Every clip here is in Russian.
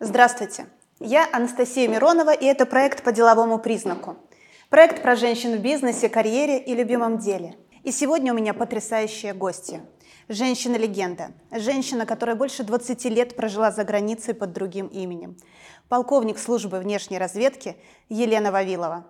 Здравствуйте, я Анастасия Миронова, и это проект «По деловому признаку». Проект про женщин в бизнесе, карьере и любимом деле. И сегодня у меня потрясающие гости. Женщина-легенда, женщина, которая больше 20 лет прожила за границей под другим именем. Полковник службы внешней разведки Елена Вавилова.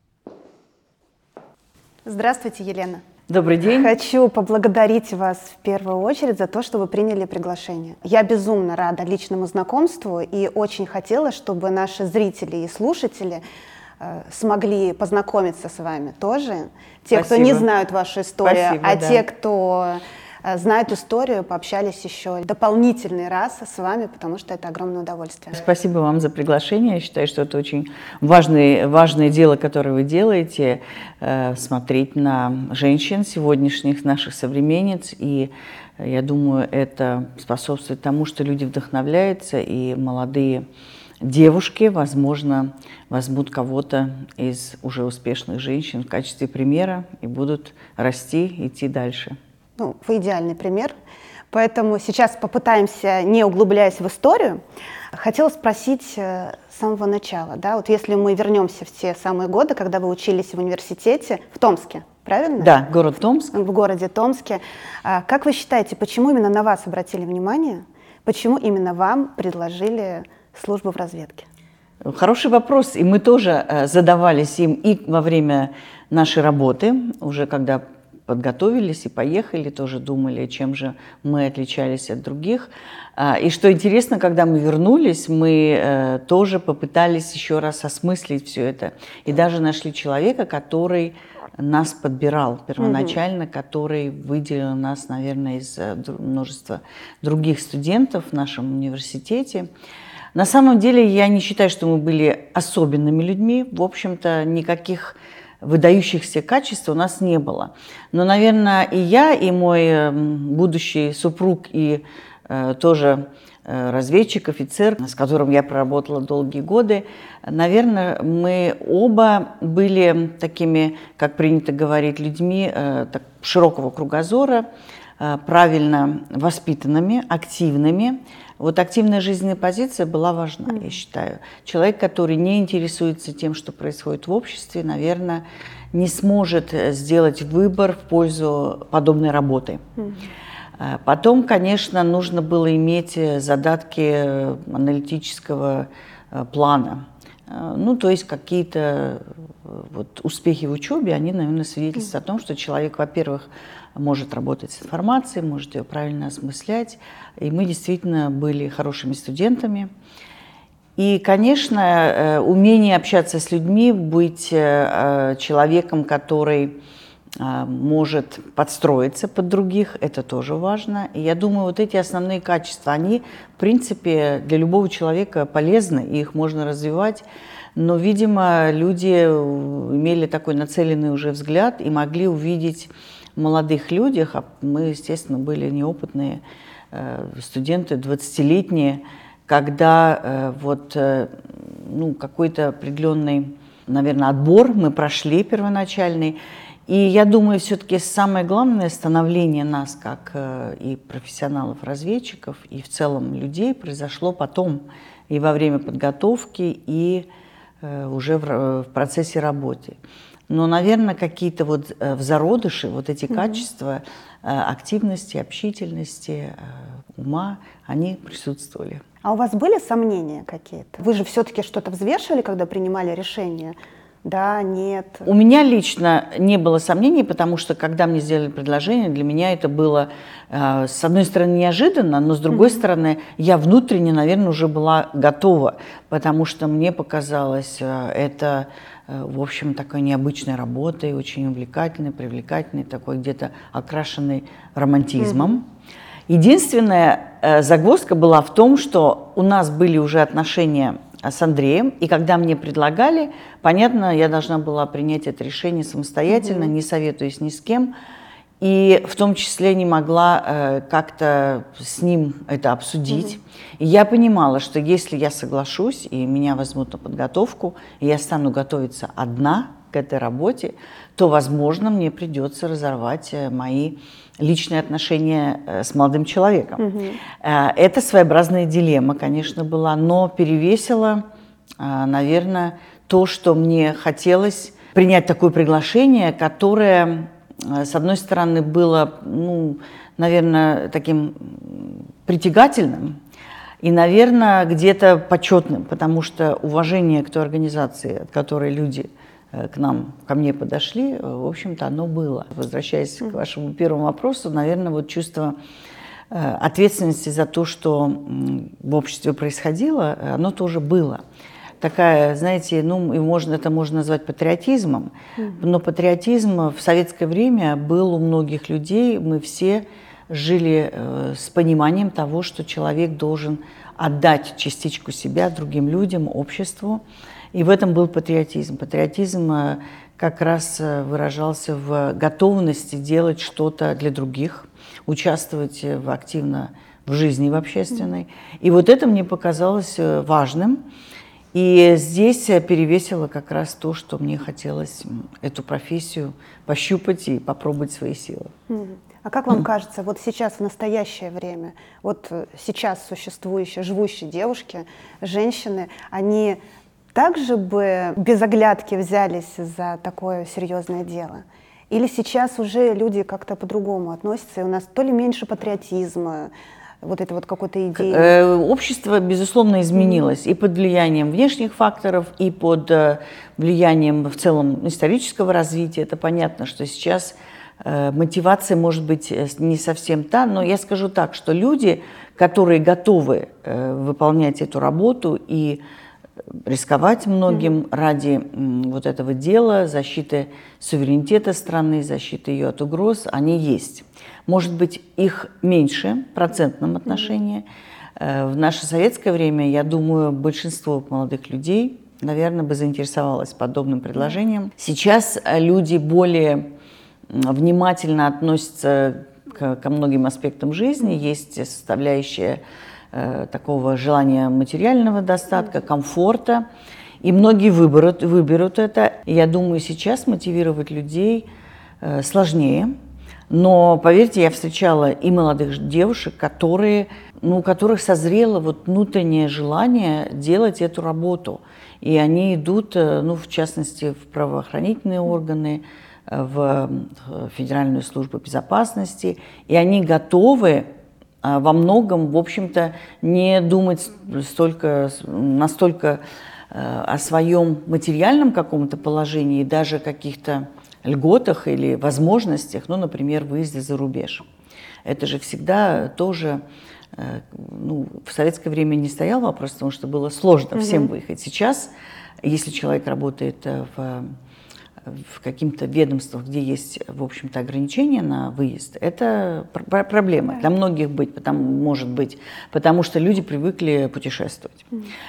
Здравствуйте, Елена. Добрый день. Хочу поблагодарить вас в первую очередь за то, что вы приняли приглашение. Я безумно рада личному знакомству и очень хотела, чтобы наши зрители и слушатели смогли познакомиться с вами тоже. Те, Спасибо. кто не знают вашу историю, Спасибо, да. те, кто знают историю, пообщались еще дополнительный раз с вами, потому что это огромное удовольствие. Спасибо вам за приглашение. Я считаю, что это очень важное дело, которое вы делаете, смотреть на женщин сегодняшних, наших современниц. И я думаю, это способствует тому, что люди вдохновляются, и молодые девушки, возможно, возьмут кого-то из уже успешных женщин в качестве примера и будут расти, идти дальше. Ну, вы идеальный пример. Поэтому сейчас попытаемся, не углубляясь в историю, хотела спросить с самого начала. Да? Вот если мы вернемся в те самые годы, когда вы учились в университете в Томске, правильно? Да, город Томск. В городе Томске. Как вы считаете, почему именно на вас обратили внимание? Почему именно вам предложили службу в разведке? Хороший вопрос, и мы тоже задавались им и во время нашей работы, уже когда подготовились и поехали, тоже думали, чем же мы отличались от других. И что интересно, когда мы вернулись, мы тоже попытались еще раз осмыслить все это. И даже нашли человека, который нас подбирал первоначально, который выделил нас, наверное, из множества других студентов в нашем университете. На самом деле, я не считаю, что мы были особенными людьми. В общем-то, никаких выдающихся качеств у нас не было. Но, наверное, и я, и мой будущий супруг, и тоже разведчик, офицер, с которым я проработала долгие годы, наверное, мы оба были такими, как принято говорить, людьми широкого кругозора, правильно воспитанными, активными. Вот активная жизненная позиция была важна, я считаю. Человек, который не интересуется тем, что происходит в обществе, наверное, не сможет сделать выбор в пользу подобной работы. Потом, конечно, нужно было иметь задатки аналитического плана. Ну, то есть какие-то вот успехи в учебе, они, наверное, свидетельствуют о том, что человек, во-первых, может работать с информацией, может ее правильно осмыслять. И мы действительно были хорошими студентами. И, конечно, умение общаться с людьми, быть человеком, который может подстроиться под других, это тоже важно. И я думаю, вот эти основные качества, они, в принципе, для любого человека полезны, и их можно развивать. Но, видимо, люди имели такой нацеленный уже взгляд и могли увидеть в молодых людях, а мы, естественно, были неопытные студенты, 20-летние, когда какой-то определенный, наверное, отбор мы прошли первоначальный. И я думаю, все-таки самое главное становление нас, как и профессионалов-разведчиков, и в целом людей, произошло потом, и во время подготовки, и уже в процессе работы. Но, наверное, какие-то вот в зародыше вот эти качества активности, общительности, ума, они присутствовали. А у вас были сомнения какие-то? Вы же все-таки что-то взвешивали, когда принимали решение? Да, нет. У меня лично не было сомнений, потому что, когда мне сделали предложение, для меня это было, с одной стороны, неожиданно, но с другой стороны, я внутренне, наверное, уже была готова, потому что мне показалось это, в общем, такой необычной работой, очень увлекательной, привлекательной, такой где-то окрашенной романтизмом. Единственная загвоздка была в том, что у нас были уже отношения с Андреем, и когда мне предлагали, понятно, я должна была принять это решение самостоятельно, не советуясь ни с кем, и в том числе не могла как-то с ним это обсудить. И я понимала, что если я соглашусь, и меня возьмут на подготовку, и я стану готовиться одна, к этой работе, то, возможно, мне придется разорвать мои личные отношения с молодым человеком. Это своеобразная дилемма, конечно, была, но перевесила, наверное, то, что мне хотелось принять такое приглашение, которое, с одной стороны, было, наверное, таким притягательным и, наверное, где-то почетным, потому что уважение к той организации, от которой люди ко мне подошли, в общем-то, оно было. Возвращаясь к вашему первому вопросу, наверное, вот чувство ответственности за то, что в обществе происходило, оно тоже было. Такая, знаете, это можно назвать патриотизмом, но патриотизм в советское время был у многих людей, мы все жили с пониманием того, что человек должен отдать частичку себя другим людям, обществу, и в этом был патриотизм. Патриотизм как раз выражался в готовности делать что-то для других, участвовать активно в жизни в общественной. И вот это мне показалось важным. И здесь перевесило как раз то, что мне хотелось эту профессию пощупать и попробовать свои силы. А как вам кажется, вот сейчас, в настоящее время, вот сейчас существующие, живущие девушки, женщины, они также бы без оглядки взялись за такое серьезное дело? Или сейчас уже люди как-то по-другому относятся, и у нас то ли меньше патриотизма, вот это вот какой-то идеи? Общество, безусловно, изменилось и под влиянием внешних факторов, и под влиянием в целом исторического развития. Это понятно, что сейчас мотивация может быть не совсем та, но я скажу так, что люди, которые готовы выполнять эту работу и рисковать многим ради вот этого дела, защиты суверенитета страны, защиты ее от угроз, они есть. Может быть, их меньше в процентном отношении. В наше советское время, я думаю, большинство молодых людей, наверное, бы заинтересовалось подобным предложением. Сейчас люди более внимательно относятся ко многим аспектам жизни, есть составляющая такого желания материального достатка, комфорта, и многие выберут это. Я думаю, сейчас мотивировать людей сложнее, но, поверьте, я встречала и молодых девушек, у которых созрело вот внутреннее желание делать эту работу, и они идут, в частности, в правоохранительные органы, в Федеральную службу безопасности, и они готовы во многом, в общем-то, не думать настолько о своем материальном каком-то положении, даже каких-то льготах или возможностях, например, выезде за рубеж. Это же всегда тоже, в советское время не стоял вопрос, потому что было сложно всем выехать. Сейчас, если человек работает в каких-то ведомствах, где есть, в общем-то, ограничения на выезд, это проблема. Для многих может быть, потому что люди привыкли путешествовать.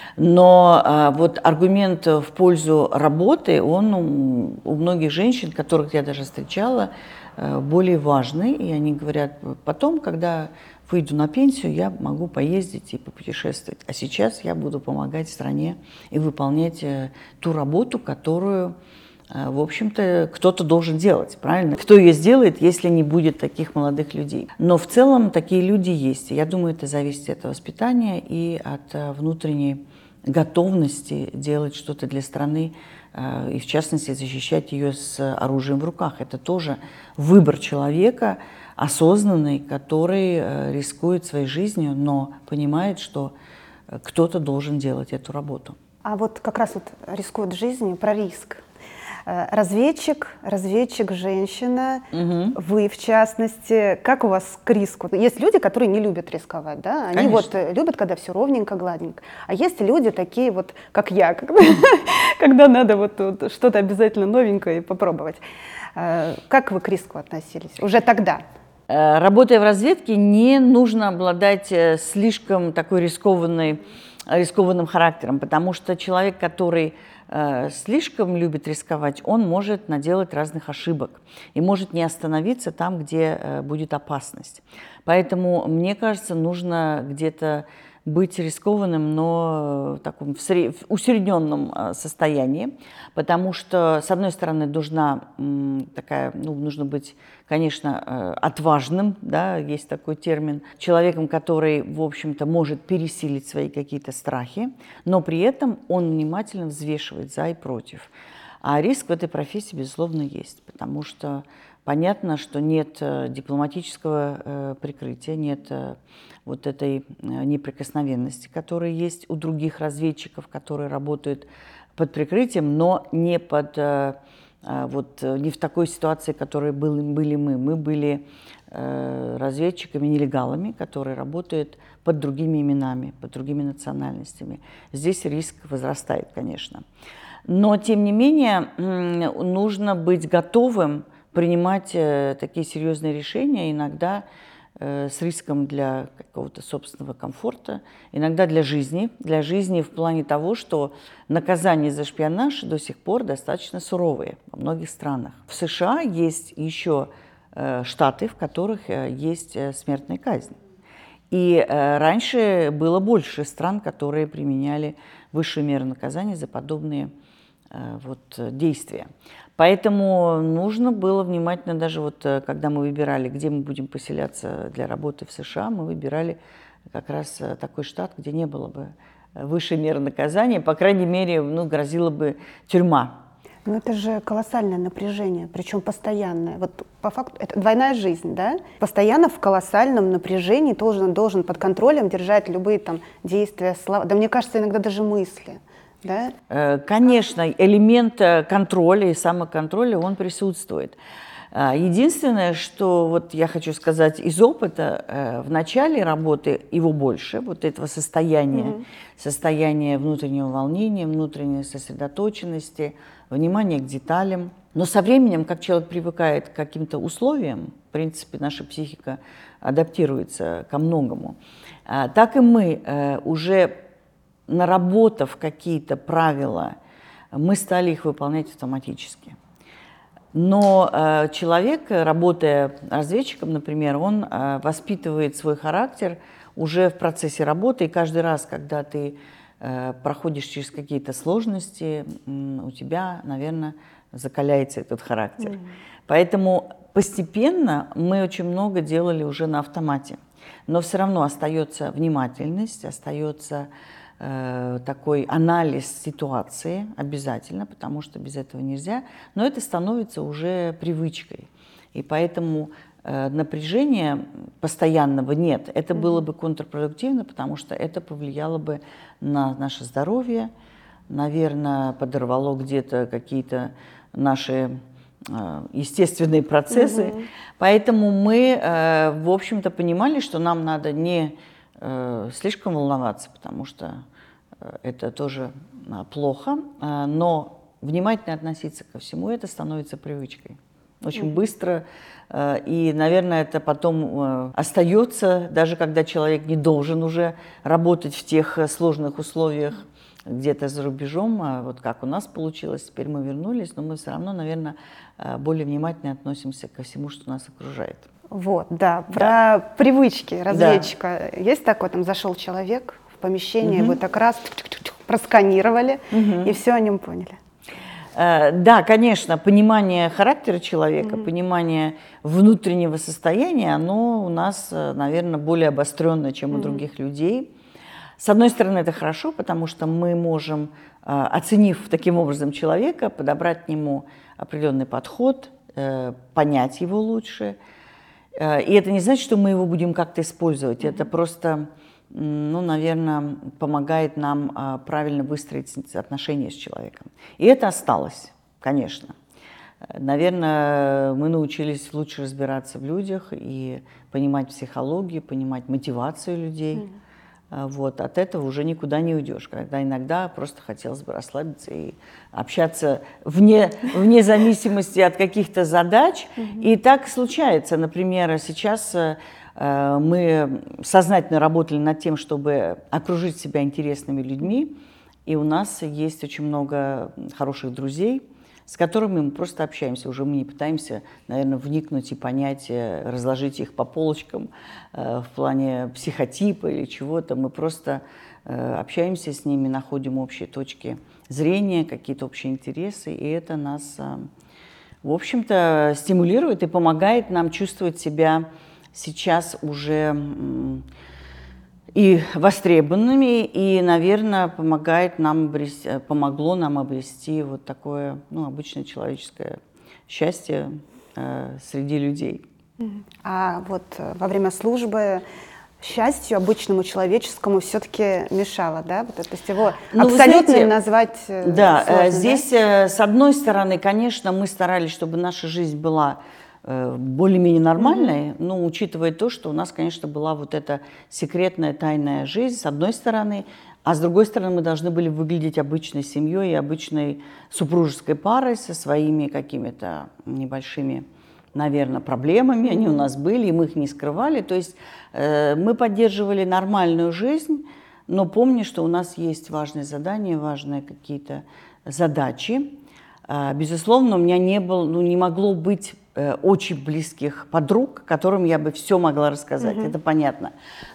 Но вот аргумент в пользу работы, он у многих женщин, которых я даже встречала, более важный. И они говорят, потом, когда выйду на пенсию, я могу поездить и попутешествовать. А сейчас я буду помогать стране и выполнять ту работу, которую, в общем-то, кто-то должен делать, правильно? Кто ее сделает, если не будет таких молодых людей? Но в целом такие люди есть. Я думаю, это зависит от воспитания и от внутренней готовности делать что-то для страны, и в частности защищать ее с оружием в руках. Это тоже выбор человека, осознанный, который рискует своей жизнью, но понимает, что кто-то должен делать эту работу. А вот как раз рискует жизнью, про риск. Разведчик, женщина, вы в частности. Как у вас к риску? Есть люди, которые не любят рисковать, да? Они любят, когда все ровненько, гладенько. А есть люди такие как я, когда надо что-то обязательно новенькое попробовать. Как вы к риску относились уже тогда? Работая в разведке, не нужно обладать слишком такой рискованным характером, потому что человек, который слишком любит рисковать, он может наделать разных ошибок и может не остановиться там, где будет опасность. Поэтому, мне кажется, нужно где-то быть рискованным, но в таком усредненном состоянии, потому что, с одной стороны, нужно быть, конечно, отважным, да, есть такой термин, человеком, который, в общем-то, может пересилить свои какие-то страхи, но при этом он внимательно взвешивает за и против. А риск в этой профессии, безусловно, есть, потому что понятно, что нет дипломатического прикрытия, нет вот этой неприкосновенности, которая есть у других разведчиков, которые работают под прикрытием, но не не в такой ситуации, в которой были мы. Мы были разведчиками-нелегалами, которые работают под другими именами, под другими национальностями. Здесь риск возрастает, конечно. Но, тем не менее, нужно быть готовым принимать такие серьезные решения, иногда с риском для какого-то собственного комфорта, иногда для жизни в плане того, что наказания за шпионаж до сих пор достаточно суровые во многих странах. В США есть еще штаты, в которых есть смертная казнь. И раньше было больше стран, которые применяли высшую меру наказания за подобные действия. Поэтому нужно было внимательно, даже когда мы выбирали, где мы будем поселяться для работы в США, мы выбирали как раз такой штат, где не было бы высшей меры наказания, по крайней мере, грозила бы тюрьма. Но это же колоссальное напряжение, причем постоянное. Вот по факту это двойная жизнь, да? Постоянно в колоссальном напряжении должен под контролем держать любые там действия, слова, да мне кажется, иногда даже мысли. Да? Конечно, элемент контроля и самоконтроля, он присутствует. Единственное, что я хочу сказать из опыта, в начале работы его больше, этого состояния внутреннего волнения, внутренней сосредоточенности, внимания к деталям. Но со временем, как человек привыкает к каким-то условиям, в принципе, наша психика адаптируется ко многому, так и мы уже наработав какие-то правила, мы стали их выполнять автоматически. Но человек, работая разведчиком, например, он воспитывает свой характер уже в процессе работы, и каждый раз, когда ты проходишь через какие-то сложности, у тебя, наверное, закаляется этот характер. Поэтому постепенно мы очень много делали уже на автомате. Но все равно остается внимательность, остается такой анализ ситуации обязательно, потому что без этого нельзя, но это становится уже привычкой. И поэтому напряжения постоянного нет. Это было бы контрпродуктивно, потому что это повлияло бы на наше здоровье, наверное, подорвало где-то какие-то наши естественные процессы. Поэтому мы, в общем-то, понимали, что нам надо не слишком волноваться, потому что это тоже плохо, но внимательно относиться ко всему, это становится привычкой. Очень быстро, и, наверное, это потом остается, даже когда человек не должен уже работать в тех сложных условиях где-то за рубежом, как у нас получилось, теперь мы вернулись, но мы все равно, наверное, более внимательно относимся ко всему, что нас окружает. Про привычки разведчика. Да. Есть такое, там зашел человек в помещение, его так раз просканировали, и все о нем поняли. Да, конечно, понимание характера человека, понимание внутреннего состояния, оно у нас, наверное, более обостренное, чем у других людей. С одной стороны, это хорошо, потому что мы можем, оценив таким образом человека, подобрать к нему определенный подход, понять его лучше. И это не значит, что мы его будем как-то использовать. Это просто, наверное, помогает нам правильно выстроить отношения с человеком. И это осталось, конечно. Наверное, мы научились лучше разбираться в людях и понимать психологию, понимать мотивацию людей. От этого уже никуда не уйдешь, когда иногда просто хотелось бы расслабиться и общаться вне зависимости от каких-то задач. И так случается. Например, сейчас мы сознательно работали над тем, чтобы окружить себя интересными людьми, и у нас есть очень много хороших друзей, с которыми мы просто общаемся. Уже мы не пытаемся, наверное, вникнуть и понять, разложить их по полочкам в плане психотипа или чего-то. Мы просто общаемся с ними, находим общие точки зрения, какие-то общие интересы, и это нас, в общем-то, стимулирует и помогает нам чувствовать себя сейчас уже и востребованными, и, наверное, помогло нам обрести вот такое, ну, обычное человеческое счастье среди людей. А вот во время службы счастью обычному человеческому все-таки мешало, да? Вот, то есть его абсолютно назвать сложно, здесь, да? С одной стороны, конечно, мы старались, чтобы наша жизнь была более-менее нормальной, но учитывая то, что у нас, конечно, была вот эта секретная, тайная жизнь, с одной стороны, а с другой стороны, мы должны были выглядеть обычной семьей и обычной супружеской парой со своими какими-то небольшими, наверное, проблемами. Они у нас были, и мы их не скрывали. То есть мы поддерживали нормальную жизнь, но помни, что у нас есть важные задания, важные какие-то задачи. Безусловно, у меня не могло быть очень близких подруг, которым я бы все могла рассказать, это понятно.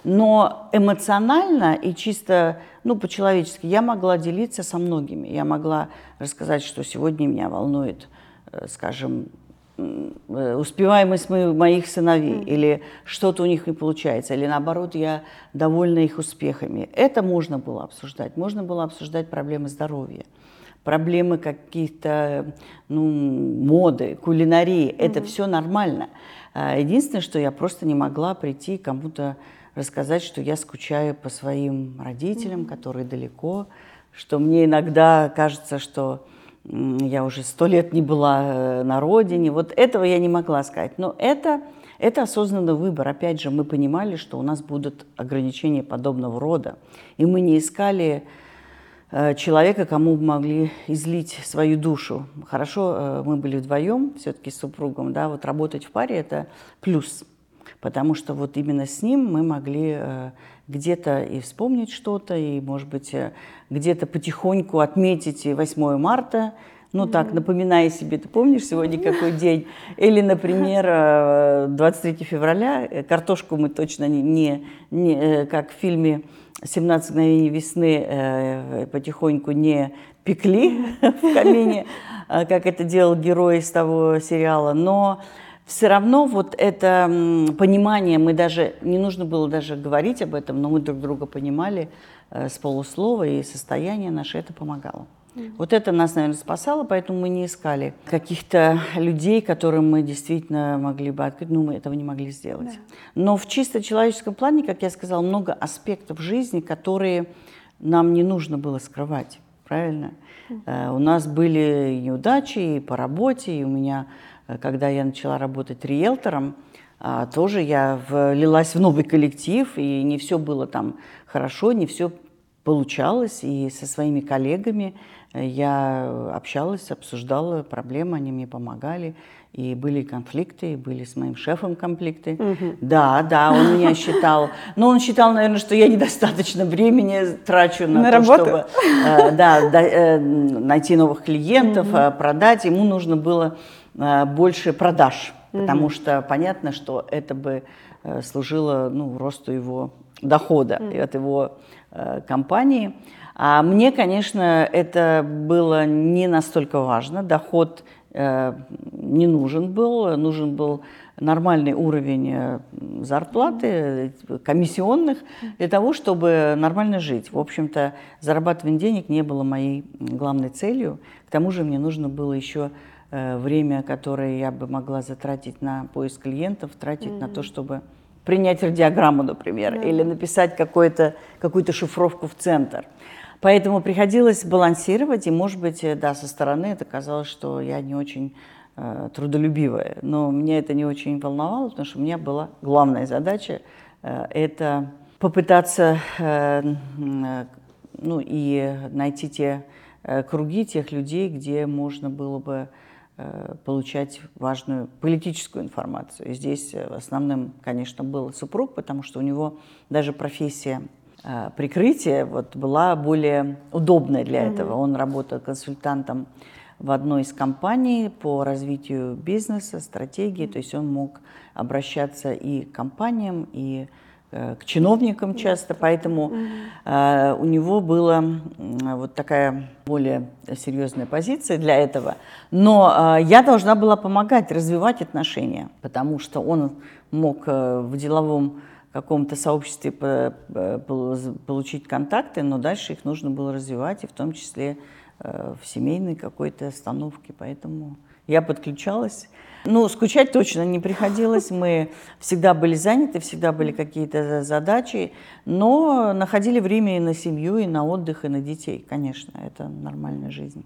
Но эмоционально и чисто, по-человечески я могла делиться со многими. Я могла рассказать, что сегодня меня волнует, скажем, успеваемость моих сыновей, или что-то у них не получается, или наоборот, я довольна их успехами. Это можно было обсуждать. Можно было обсуждать проблемы здоровья, проблемы каких-то, моды, кулинарии. Это все нормально. Единственное, что я просто не могла прийти кому-то рассказать, что я скучаю по своим родителям, которые далеко, что мне иногда кажется, что я уже 100 лет не была на родине. Вот этого я не могла сказать. Но это осознанный выбор. Опять же, мы понимали, что у нас будут ограничения подобного рода. И мы не искали человека, кому бы могли излить свою душу. Хорошо, мы были вдвоем, все-таки с супругом, да, вот работать в паре – это плюс, потому что вот именно с ним мы могли где-то и вспомнить что-то, и, может быть, где-то потихоньку отметить 8 марта, так, напоминая себе, ты помнишь сегодня какой день? Или, например, 23 февраля, картошку мы точно не как в фильме «17 мгновений весны» потихоньку не пекли в камине, как это делал герой из того сериала, но все равно вот это понимание, мы даже, не нужно было даже говорить об этом, но мы друг друга понимали с полуслова, и состояние наше это помогало. Вот это нас, наверное, спасало, поэтому мы не искали каких-то людей, которым мы действительно могли бы открыть, мы этого не могли сделать. Да. Но в чисто человеческом плане, как я сказала, много аспектов жизни, которые нам не нужно было скрывать, правильно? У нас были неудачи и по работе, и у меня, когда я начала работать риэлтором, тоже я влилась в новый коллектив, и не все было там хорошо, не все получалось, и со своими коллегами я общалась, обсуждала проблемы, они мне помогали, и были конфликты, и были с моим шефом конфликты. Да, он меня считал, но он считал, наверное, что я недостаточно времени трачу на то, работу? Чтобы найти новых клиентов, продать. Ему нужно было больше продаж, потому что понятно, что это бы служило росту его дохода от его компании. А мне, конечно, это было не настолько важно. Доход не нужен был нормальный уровень зарплаты, комиссионных, для того, чтобы нормально жить. В общем-то, зарабатывание денег не было моей главной целью. К тому же мне нужно было еще время, которое я бы могла затратить на поиск клиентов, тратить на то, чтобы принять радиограмму, например, или написать какую-то шифровку в центр. Поэтому приходилось балансировать, и, может быть, да, со стороны это казалось, что я не очень трудолюбивая. Но меня это не очень волновало, потому что у меня была главная задача это попытаться и найти те круги тех людей, где можно было бы получать важную политическую информацию. И здесь основным, конечно, был супруг, потому что у него даже профессия прикрытия была более удобная для этого. Он работал консультантом в одной из компаний по развитию бизнеса, стратегии, то есть он мог обращаться и к компаниям, и к чиновникам часто, поэтому у него была вот такая более серьезная позиция для этого. Но я должна была помогать развивать отношения, потому что он мог в деловом каком-то сообществе получить контакты, но дальше их нужно было развивать, и в том числе в семейной какой-то остановке, поэтому я подключалась. Ну, скучать точно не приходилось, мы всегда были заняты, всегда были какие-то задачи, но находили время и на семью, и на отдых, и на детей, конечно, это нормальная жизнь.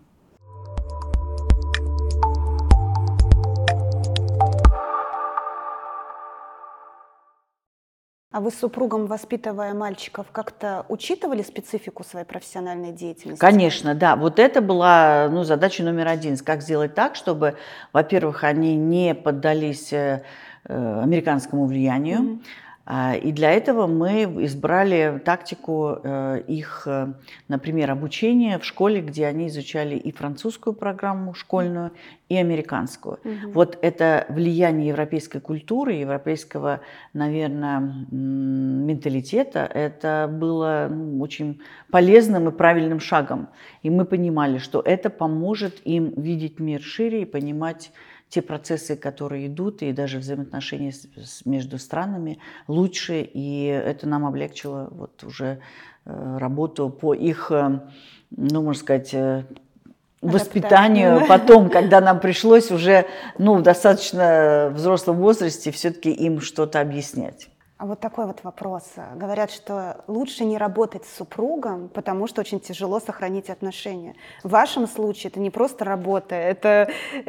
А вы с супругом, воспитывая мальчиков, как-то учитывали специфику своей профессиональной деятельности? Конечно, да. Вот это была задача номер один. Как сделать так, чтобы, во-первых, они не поддались американскому влиянию. И для этого мы избрали тактику их, например, обучения в школе, где они изучали и французскую программу школьную, и американскую. Вот это влияние европейской культуры, европейского, наверное, менталитета, это было очень полезным и правильным шагом. И мы понимали, что это поможет им видеть мир шире и понимать те процессы, которые идут, и даже взаимоотношения между странами лучше, и это нам облегчило вот уже работу по их, можно сказать, воспитанию потом, когда нам пришлось уже в достаточно взрослом возрасте все-таки им что-то объяснять. А вот такой вот вопрос. Говорят, что лучше не работать с супругом, потому что очень тяжело сохранить отношения. В вашем случае это не просто работа, это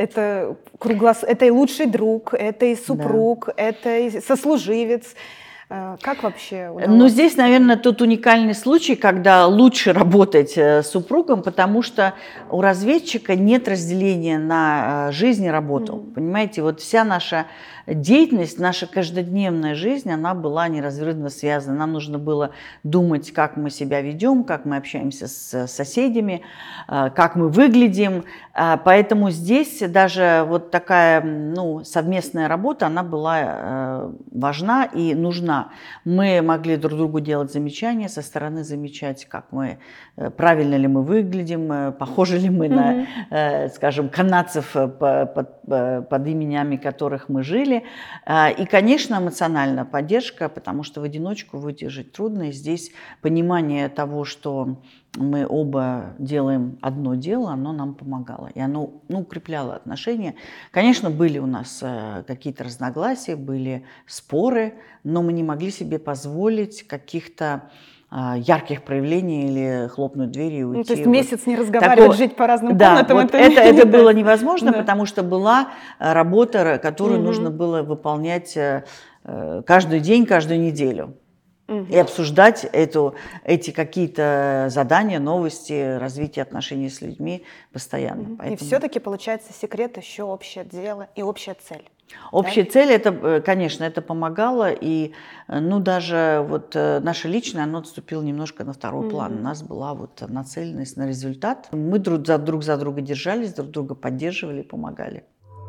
и лучший друг, это и супруг, да, это и сослуживец. Как вообще удалось? Здесь, наверное, тот уникальный случай, когда лучше работать с супругом, потому что у разведчика нет разделения на жизнь и работу. Понимаете, вот вся наша деятельность, наша каждодневная жизнь, она была неразрывно связана. Нам нужно было думать, как мы себя ведем, как мы общаемся с соседями, как мы выглядим. Поэтому здесь даже вот такая совместная работа, она была важна и нужна. Мы могли друг другу делать замечания, со стороны замечать, правильно ли мы выглядим, похожи ли мы на, скажем, канадцев, под именами которых мы жили. И, конечно, эмоциональная поддержка, потому что в одиночку выдержать трудно. И здесь понимание того, что мы оба делаем одно дело, оно нам помогало. И оно укрепляло отношения. Конечно, были у нас какие-то разногласия, были споры, но мы не могли себе позволить каких-то ярких проявлений или хлопнуть дверью и уйти. То есть месяц не разговаривать, жить по разным комнатам? Вот это было невозможно, потому что была работа, которую нужно было выполнять каждый день, каждую неделю. И обсуждать эти какие-то задания, новости, развитие отношений с людьми постоянно. И все-таки получается секрет еще общее дело и общая цель. Общая цель, это, конечно, это помогало, и даже вот наше личное, оно отступило немножко на второй план. У нас была вот нацеленность на результат. Мы друг за друга держались, друг друга поддерживали и помогали.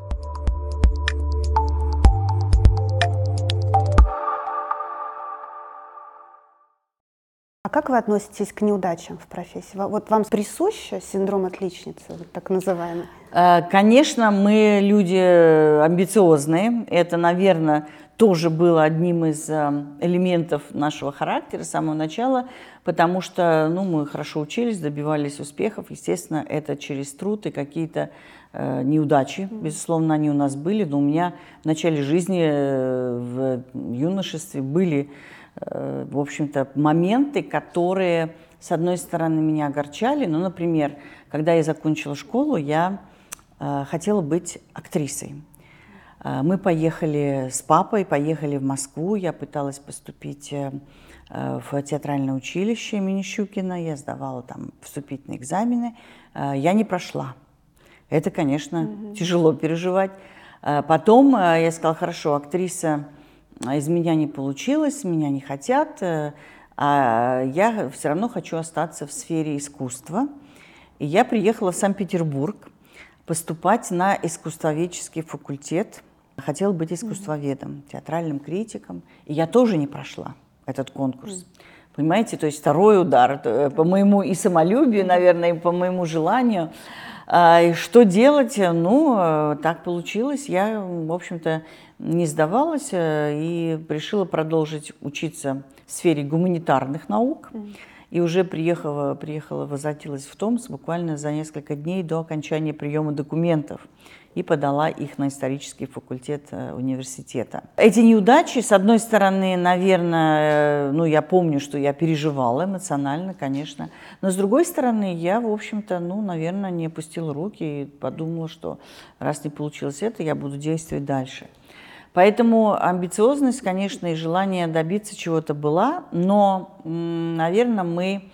А как вы относитесь к неудачам в профессии? Вот вам присущ синдром отличницы, вот так называемый? Конечно, мы люди амбициозные. Это, наверное, тоже было одним из элементов нашего характера с самого начала, потому что мы хорошо учились, добивались успехов. Естественно, это через труд и какие-то неудачи. Безусловно, они у нас были, но у меня в начале жизни, в юношестве были, в общем-то, моменты, которые, с одной стороны, меня огорчали. Например, когда я закончила школу, я хотела быть актрисой. Мы поехали с папой, поехали в Москву. Я пыталась поступить в театральное училище имени Щукина. Я сдавала там вступительные экзамены. Я не прошла. Это, конечно, тяжело переживать. Потом я сказала: хорошо, актриса из меня не получилось, меня не хотят, а я все равно хочу остаться в сфере искусства. И я приехала в Санкт-Петербург, поступать на искусствоведческий факультет. Хотела быть искусствоведом, театральным критиком. И я тоже не прошла этот конкурс. Понимаете, то есть второй удар по моему и самолюбию, наверное, и по моему желанию. И что делать? Ну, так получилось. Я, в общем-то, не сдавалась и решила продолжить учиться в сфере гуманитарных наук. И уже приехала, возвратилась в Томск буквально за несколько дней до окончания приема документов и подала их на исторический факультет университета. Эти неудачи, с одной стороны, наверное, ну, я помню, что я переживала эмоционально, конечно, но с другой стороны, я, в общем-то, ну, наверное, не опустила руки и подумала, что раз не получилось это, я буду действовать дальше. Поэтому амбициозность, конечно, и желание добиться чего-то была, но, наверное, мы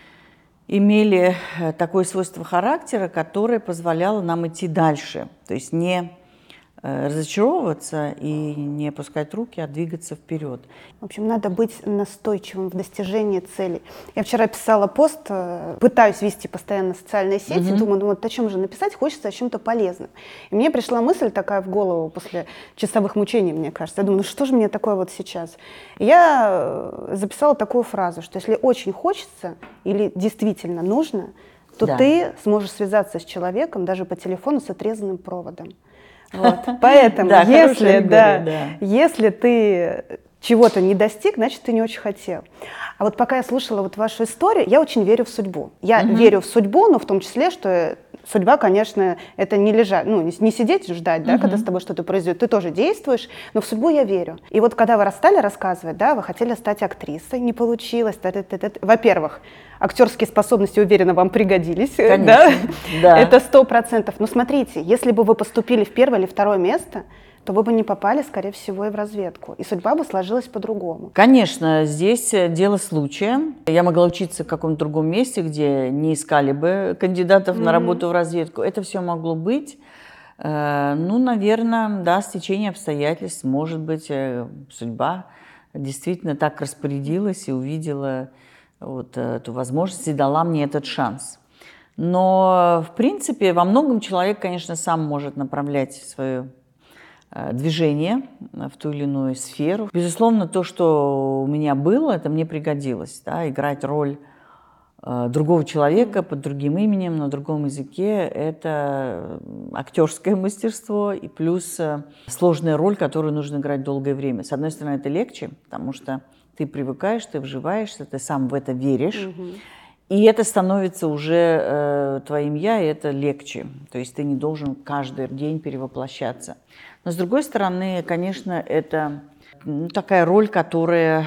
имели такое свойство характера, которое позволяло нам идти дальше. То есть не разочаровываться и не опускать руки, а двигаться вперед. В общем, надо быть настойчивым в достижении целей. Я вчера писала пост, пытаюсь вести постоянно социальные сети, думаю, ну вот о чем же написать, хочется о чем-то полезном. И мне пришла мысль такая в голову после часовых мучений, мне кажется. Я думаю, ну что же мне такое вот сейчас? И я записала такую фразу, что если очень хочется или действительно нужно, то ты сможешь связаться с человеком даже по телефону с отрезанным проводом. Вот. Поэтому, если ты чего-то не достиг, значит, ты не очень хотел. А вот пока я слушала вот вашу историю, я очень верю в судьбу. Я верю в судьбу, но в том числе, что судьба, конечно, это не лежать, ну, не сидеть и ждать, да, когда с тобой что-то произойдет. Ты тоже действуешь, но в судьбу я верю. И вот когда вы стали рассказывать, да, вы хотели стать актрисой, не получилось. Во-первых, актерские способности, уверена, вам пригодились. Конечно, да. Это 100%. Но смотрите, если бы вы поступили в первое или второе место, то вы бы не попали, скорее всего, и в разведку. И судьба бы сложилась по-другому. Конечно, здесь дело случая. Я могла учиться в каком-то другом месте, где не искали бы кандидатов на работу в разведку. Это все могло быть. Ну, наверное, да, стечение обстоятельств, может быть, судьба действительно так распорядилась и увидела вот эту возможность и дала мне этот шанс. Но, в принципе, во многом человек, конечно, сам может направлять свое движение в ту или иную сферу. Безусловно, то, что у меня было, это мне пригодилось. Да, играть роль другого человека под другим именем, на другом языке – это актерское мастерство и плюс сложная роль, которую нужно играть долгое время. С одной стороны, это легче, потому что ты привыкаешь, ты вживаешься, ты сам в это веришь. И это становится уже твоим «я», и это легче. То есть ты не должен каждый день перевоплощаться. Но, с другой стороны, конечно, это такая роль, которая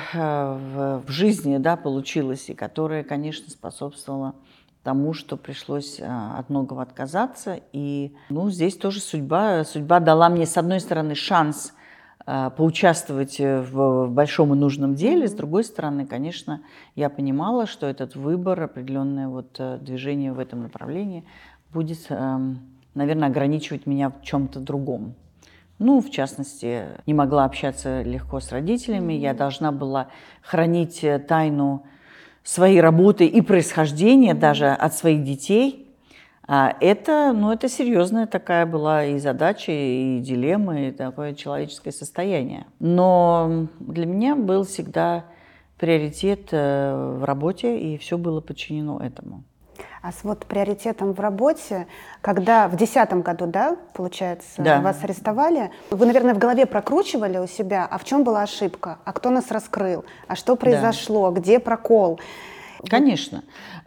в жизни, да, получилась, и которая, конечно, способствовала тому, что пришлось от многого отказаться. И ну, здесь тоже судьба дала мне, с одной стороны, шанс поучаствовать в большом и нужном деле. С другой стороны, конечно, я понимала, что этот выбор, определенное вот движение в этом направлении будет, наверное, ограничивать меня в чем-то другом. Ну, в частности, не могла общаться легко с родителями, я должна была хранить тайну своей работы и происхождения даже от своих детей. Это, ну, это серьезная такая была и задача, и дилемма, и такое человеческое состояние. Но для меня был всегда приоритет в работе, и все было подчинено этому. А с вот приоритетом в работе, когда в 2010 году, да, получается, вас арестовали, вы, наверное, в голове прокручивали у себя, а в чем была ошибка, а кто нас раскрыл, а что произошло, где прокол? Конечно.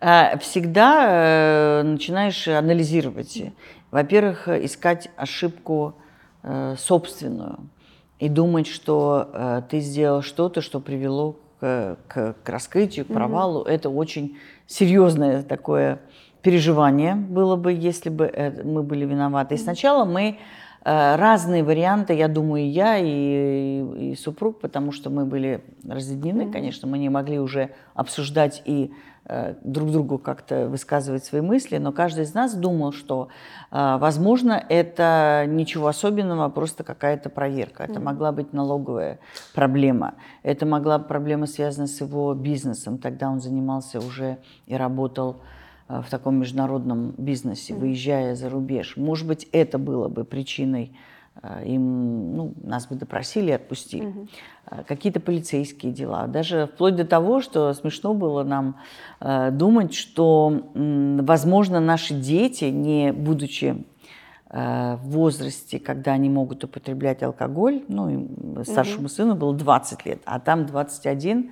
Всегда начинаешь анализировать. Во-первых, искать ошибку собственную и думать, что ты сделал что-то, что привело к раскрытию, к провалу. Это очень серьезное такое переживание было бы, если бы мы были виноваты. И сначала мы разные варианты, я думаю, я и супруг, потому что мы были разъединены, конечно, мы не могли уже обсуждать и друг другу как-то высказывать свои мысли, но каждый из нас думал, что, возможно, это ничего особенного, просто какая-то проверка. Это могла быть налоговая проблема, это могла быть проблема, связанная с его бизнесом. Тогда он занимался уже и работал в таком международном бизнесе, выезжая за рубеж. Может быть, это было бы причиной, им, нас бы допросили и отпустили. Какие-то полицейские дела. Даже вплоть до того, что смешно было нам думать, что, возможно, наши дети, не будучи в возрасте, когда они могут употреблять алкоголь, старшему сыну было 20 лет, а там 21,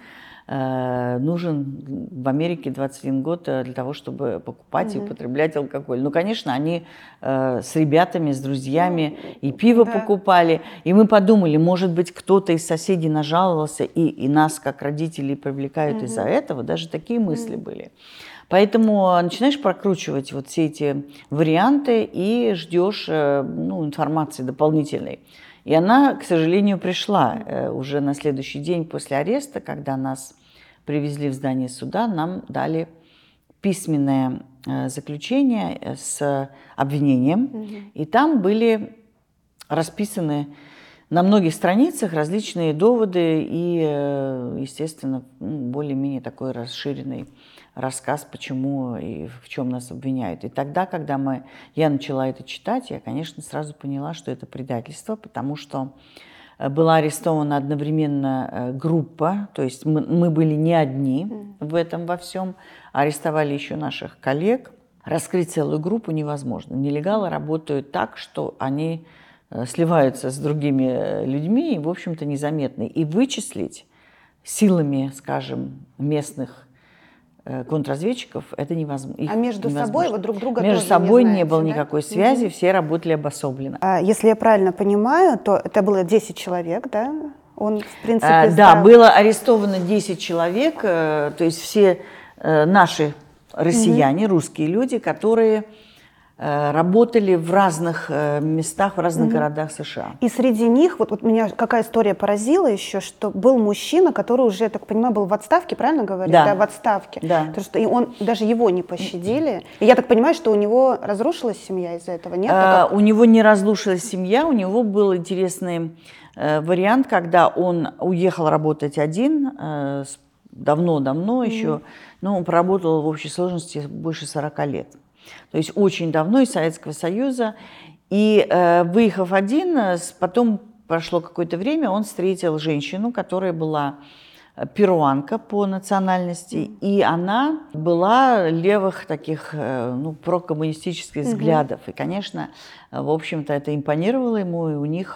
нужен в Америке 21 год для того, чтобы покупать и употреблять алкоголь. Конечно, они с ребятами, с друзьями и пиво покупали. И мы подумали, может быть, кто-то из соседей нажаловался, и нас, как родителей, привлекают из-за этого. Даже такие мысли были. Поэтому начинаешь прокручивать вот все эти варианты и ждешь информации дополнительной. И она, к сожалению, пришла уже на следующий день после ареста, когда нас привезли в здание суда, нам дали письменное заключение с обвинением. И там были расписаны на многих страницах различные доводы и, естественно, более-менее такой расширенный рассказ, почему и в чем нас обвиняют. И тогда, когда я начала это читать, я, конечно, сразу поняла, что это предательство, потому что была арестована одновременно группа, то есть мы были не одни в этом во всем, арестовали еще наших коллег. Раскрыть целую группу невозможно. Нелегалы работают так, что они сливаются с другими людьми и, в общем-то, незаметны. И вычислить силами, скажем, местных контрразведчиков это невозможно. А между собой вы друг друга между тоже собой не знаете, не было да? никакой связи, все работали обособленно. Если я правильно понимаю, то это было 10 человек, да? Он, в принципе, Да, было арестовано 10 человек, то есть все наши россияне, русские люди, которые работали в разных местах, в разных городах США. И среди них, вот меня какая история поразила еще, что был мужчина, который уже, я так понимаю, был в отставке, правильно говорю? Да, в отставке. Да. Потому что даже его не пощадили. И я так понимаю, что у него разрушилась семья из-за этого, нет? У него не разрушилась семья, у него был интересный вариант, когда он уехал работать один, давно-давно еще, но он проработал в общей сложности больше 40 лет. То есть очень давно из Советского Союза. И выехав один, потом прошло какое-то время, он встретил женщину, которая была перуанка по национальности, и она была левых таких, прокоммунистических взглядов. И, конечно, в общем-то, это импонировало ему, и у них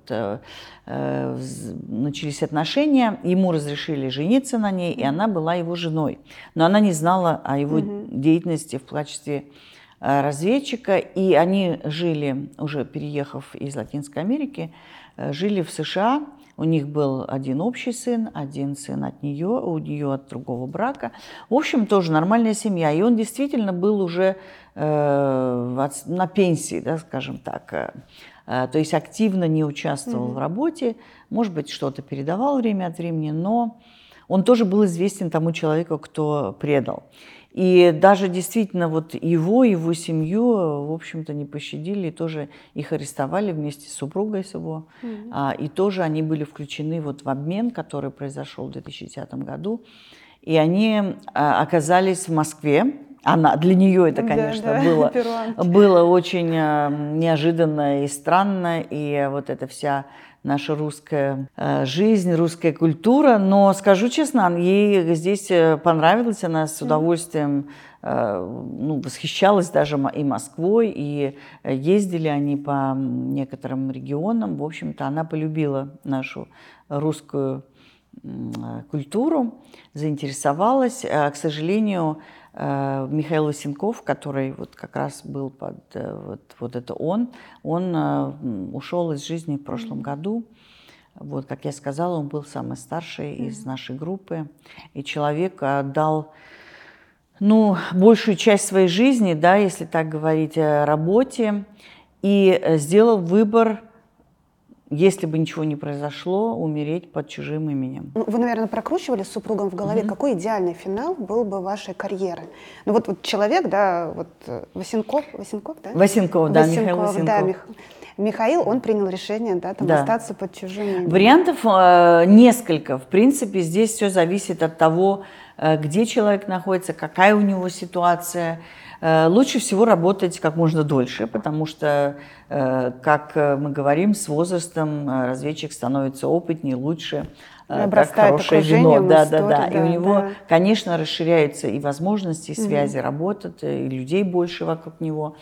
начались отношения, ему разрешили жениться на ней, и она была его женой. Но она не знала о его деятельности в качестве разведчика, и они жили, уже переехав из Латинской Америки, жили в США. У них был один общий сын, один сын от нее, у нее от другого брака. В общем, тоже нормальная семья. И он действительно был уже на пенсии, да, скажем так. То есть активно не участвовал в работе. Может быть, что-то передавал время от времени, но он тоже был известен тому человеку, кто предал. И даже действительно вот его семью, в общем-то, не пощадили, и тоже их арестовали вместе с супругой с его. И тоже они были включены вот в обмен, который произошел в 2010 году. И они оказались в Москве. Для нее это, конечно, было очень неожиданно и странно. И вот эта вся наша русская жизнь, русская культура. Но, скажу честно, ей здесь понравилось, она с удовольствием восхищалась даже и Москвой, и ездили они по некоторым регионам. В общем-то, она полюбила нашу русскую культуру, заинтересовалась. К сожалению, Михаил Васенков, который вот как раз был вот это он ушел из жизни в прошлом году. Вот, как я сказала, он был самый старший из нашей группы. И человек отдал большую часть своей жизни, да, если так говорить, работе, и сделал выбор, если бы ничего не произошло, умереть под чужим именем. Вы, наверное, прокручивали с супругом в голове, какой идеальный финал был бы вашей карьеры? Вот человек, да, Васенков, да? Васенков, да, Михаил Васенков. Да, Михаил, он принял решение, да, там, остаться под чужим именем. Вариантов несколько. В принципе, здесь все зависит от того, где человек находится, какая у него ситуация. Лучше всего работать как можно дольше, потому что, как мы говорим, с возрастом разведчик становится опытнее, лучше, как хорошее вино. Да. И у него, конечно, расширяются и возможности, и связи работать, и людей больше вокруг него.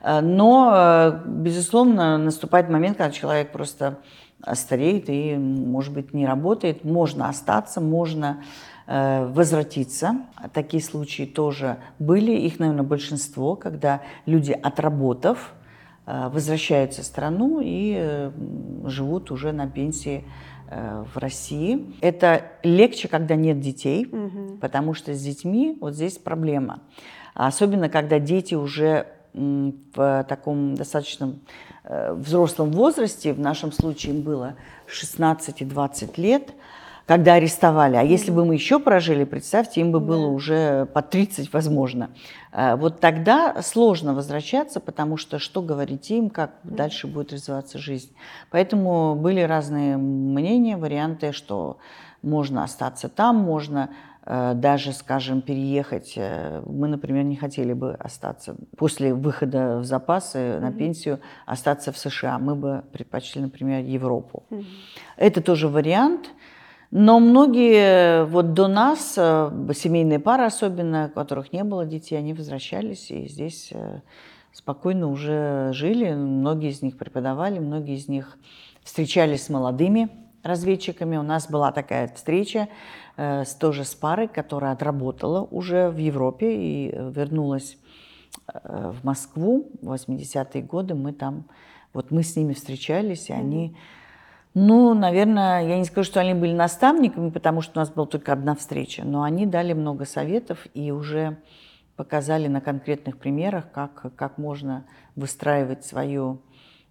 Но, безусловно, наступает момент, когда человек просто стареет и, может быть, не работает. Можно остаться, можно возвратиться. Такие случаи тоже были, их, наверное, большинство, когда люди, отработав, возвращаются в страну и живут уже на пенсии в России. Это легче, когда нет детей, потому что с детьми вот здесь проблема. Особенно, когда дети уже в таком достаточно взрослом возрасте, в нашем случае им было 16 и 20 лет, когда арестовали. А если бы мы еще прожили, представьте, им бы было уже по 30, возможно. Вот тогда сложно возвращаться, потому что говорить им, как дальше будет развиваться жизнь. Поэтому были разные мнения, варианты, что можно остаться там, можно даже, скажем, переехать. Мы, например, не хотели бы остаться после выхода в запасы на пенсию, остаться в США. Мы бы предпочли, например, Европу. Это тоже вариант. Но многие вот до нас, семейные пары особенно, у которых не было детей, они возвращались и здесь спокойно уже жили. Многие из них преподавали, многие из них встречались с молодыми разведчиками. У нас была такая встреча тоже с парой, которая отработала уже в Европе и вернулась в Москву в 80-е годы. Мы с ними встречались, и они... Ну, наверное, я не скажу, что они были наставниками, потому что у нас была только одна встреча, но они дали много советов и уже показали на конкретных примерах, как можно выстраивать свою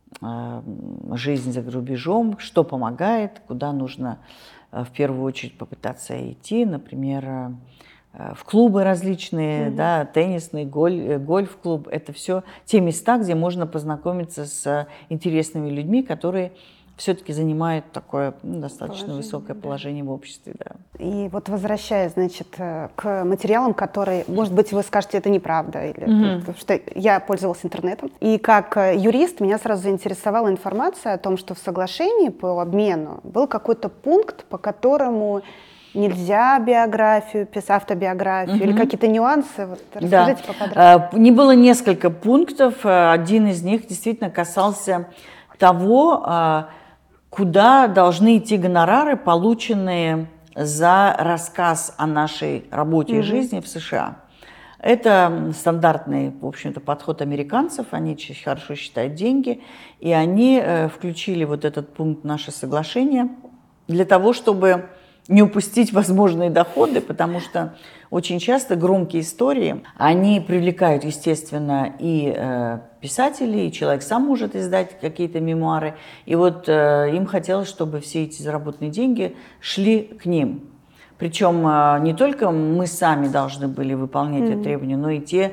жизнь за рубежом, что помогает, куда нужно в первую очередь попытаться идти, например, в клубы различные, да, теннисный, гольф-клуб. Это все те места, где можно познакомиться с интересными людьми, которые все-таки занимает такое достаточно высокое положение в обществе. Да. И вот возвращаясь, значит, к материалам, которые, может быть, вы скажете, это неправда, или потому что я пользовалась интернетом. И как юрист меня сразу заинтересовала информация о том, что в соглашении по обмену был какой-то пункт, по которому нельзя биографию, автобиографию или какие-то нюансы. Вот, расскажите поподробнее. Не было несколько пунктов. Один из них действительно касался того, куда должны идти гонорары, полученные за рассказ о нашей работе и жизни в США. Это стандартный, в общем-то, подход американцев. Они очень хорошо считают деньги, и они включили вот этот пункт в наше соглашение для того, чтобы не упустить возможные доходы, потому что очень часто громкие истории, они привлекают, естественно, и писателей, и человек сам может издать какие-то мемуары. И вот им хотелось, чтобы все эти заработанные деньги шли к ним. Причем не только мы сами должны были выполнять эти требования, но и те,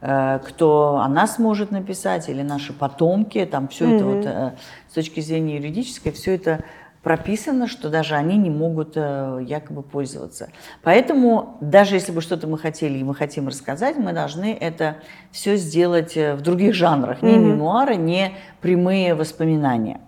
кто о нас может написать, или наши потомки. Там все это вот, с точки зрения юридической, все это прописано, что даже они не могут якобы пользоваться. Поэтому даже если бы что-то мы хотели и мы хотим рассказать, мы должны это все сделать в других жанрах, не мемуары, не прямые воспоминания.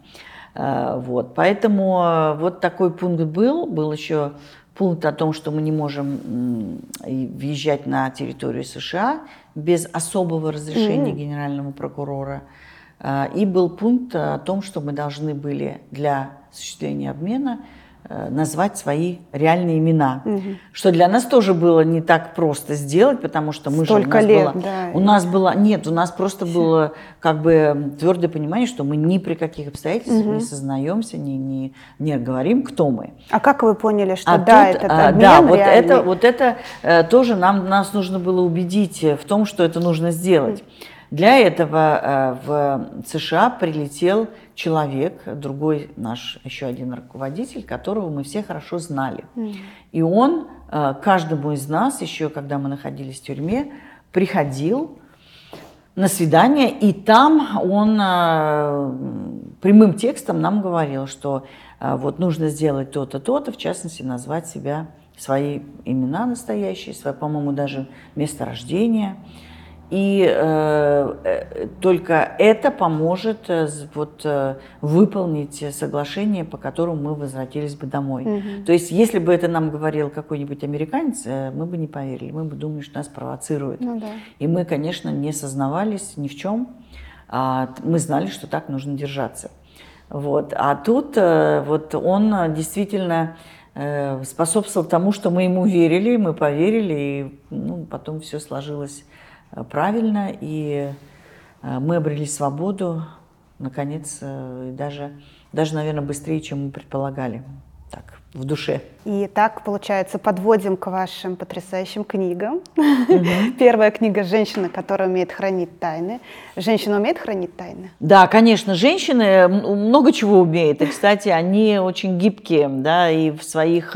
Вот. Поэтому вот такой пункт был еще пункт о том, что мы не можем въезжать на территорию США без особого разрешения генерального прокурора. И был пункт о том, что мы должны были для осуществления обмена назвать свои реальные имена. Что для нас тоже было не так просто сделать, потому что мы столько лет, да. У нас просто было как бы твердое понимание, что мы ни при каких обстоятельствах не сознаемся, не говорим, кто мы. А как вы поняли, что этот обмен реальный? Вот это тоже нас нужно было убедить в том, что это нужно сделать. Для этого в США прилетел человек, другой наш еще один руководитель, которого мы все хорошо знали. И он каждому из нас, еще когда мы находились в тюрьме, приходил, на свидание, и там он прямым текстом нам говорил, что вот нужно сделать то-то, то-то, в частности, назвать себя, свои имена настоящие, свое, по-моему, даже место рождения. И только это поможет выполнить соглашение, по которому мы возвратились бы домой. То есть, если бы это нам говорил какой-нибудь американец, мы бы не поверили, мы бы думали, что нас провоцируют. Ну, да. И мы, конечно, не сознавались ни в чем. Мы знали, что так нужно держаться. Вот. А тут вот он действительно способствовал тому, что мы ему верили, мы поверили, и потом все сложилось правильно, и мы обрели свободу, наконец, даже, наверное, быстрее, чем мы предполагали, так, в душе. И так, получается, подводим к вашим потрясающим книгам. Первая книга «Женщина, которая умеет хранить тайны». Женщина умеет хранить тайны? Да, конечно, женщины много чего умеют, и, кстати, они очень гибкие, да, и в своих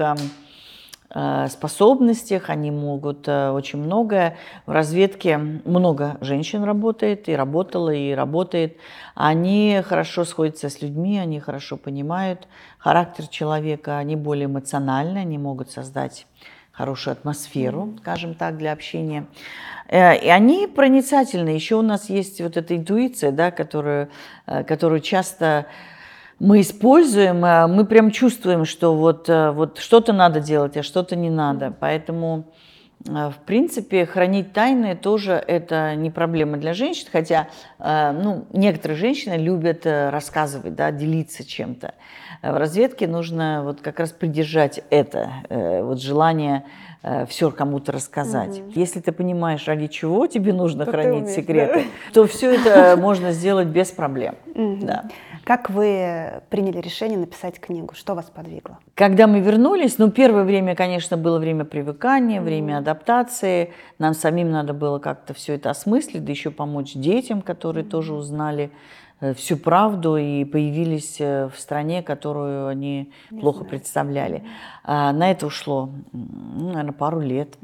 способностях, они могут очень многое. В разведке много женщин работает, и работало, и работает. Они хорошо сходятся с людьми, они хорошо понимают характер человека, они более эмоциональны, они могут создать хорошую атмосферу, скажем так, для общения. И они проницательны. Еще у нас есть вот эта интуиция, да, которую часто мы используем, мы прям чувствуем, что вот что-то надо делать, а что-то не надо. Поэтому, в принципе, хранить тайны тоже это не проблема для женщин, хотя некоторые женщины любят рассказывать, да, делиться чем-то. В разведке нужно вот как раз придержать это, вот желание все кому-то рассказать. Если ты понимаешь, ради чего тебе нужно хранить секреты, то все это можно сделать без проблем. Да. Как вы приняли решение написать книгу? Что вас подвигло? Когда мы вернулись, первое время, конечно, было время привыкания, время адаптации. Нам самим надо было как-то все это осмыслить, да еще помочь детям, которые тоже узнали всю правду и появились в стране, которую они плохо представляли. На это ушло, наверное, пару лет.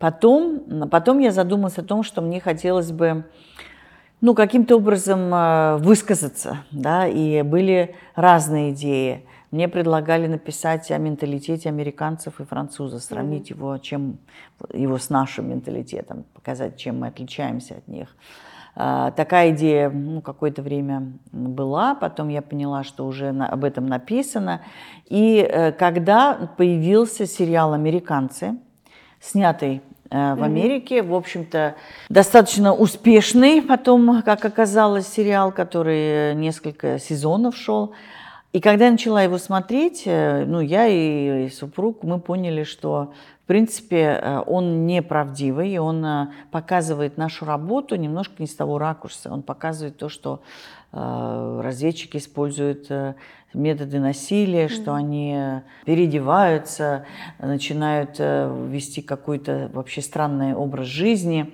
Потом я задумалась о том, что мне хотелось бы каким-то образом высказаться, да, и были разные идеи. Мне предлагали написать о менталитете американцев и французов, сравнить его с нашим менталитетом, показать, чем мы отличаемся от них. Такая идея какое-то время была, потом я поняла, что уже об этом написано. И когда появился сериал «Американцы», снятый в Америке, в общем-то, достаточно успешный потом, как оказалось, сериал, который несколько сезонов шел. И когда я начала его смотреть, я и супруг, мы поняли, что, в принципе, он неправдивый, и он показывает нашу работу немножко не с того ракурса. Он показывает то, что разведчики используют методы насилия, что они переодеваются, начинают вести какой-то вообще странный образ жизни.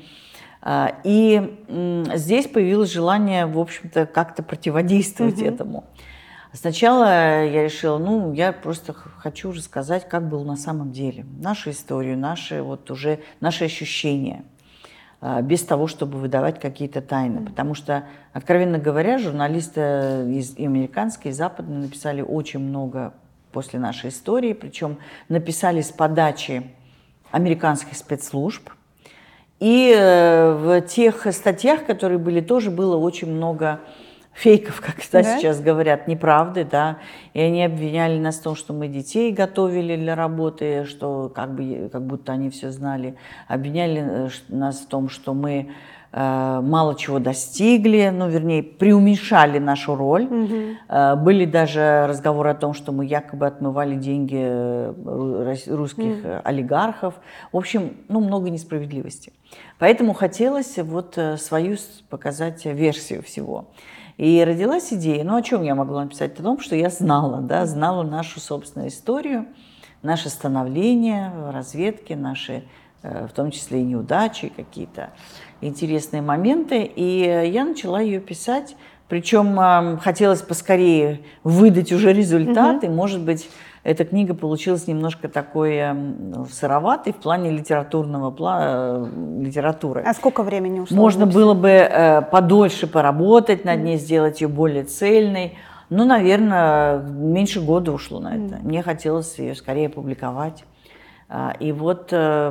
И здесь появилось желание, в общем-то, как-то противодействовать этому. Сначала я решила, я просто хочу рассказать, как было на самом деле, нашу историю, наши ощущения, без того, чтобы выдавать какие-то тайны. Потому что, откровенно говоря, журналисты и американские, и западные написали очень много после нашей истории, причем написали с подачи американских спецслужб. И в тех статьях, которые были, тоже было очень много фейков, как сейчас говорят, неправды, да, и они обвиняли нас в том, что мы детей готовили для работы, что как будто они все знали, обвиняли нас в том, что мы мало чего достигли, вернее, преуменьшали нашу роль. Были даже разговоры о том, что мы якобы отмывали деньги русских олигархов. В общем, много несправедливости. Поэтому хотелось свою показать версию всего. И родилась идея, о чем я могла написать? О том, что я знала нашу собственную историю, наше становление в разведке, наши, в том числе и неудачи, какие-то интересные моменты. И я начала ее писать Причем хотелось поскорее выдать уже результат, и, может быть, эта книга получилась немножко такой сыроватой в плане литературы. А сколько времени ушло? Можно было бы подольше поработать над ней, сделать ее более цельной. Ну, наверное, меньше года ушло на это. Мне хотелось ее скорее публиковать. И вот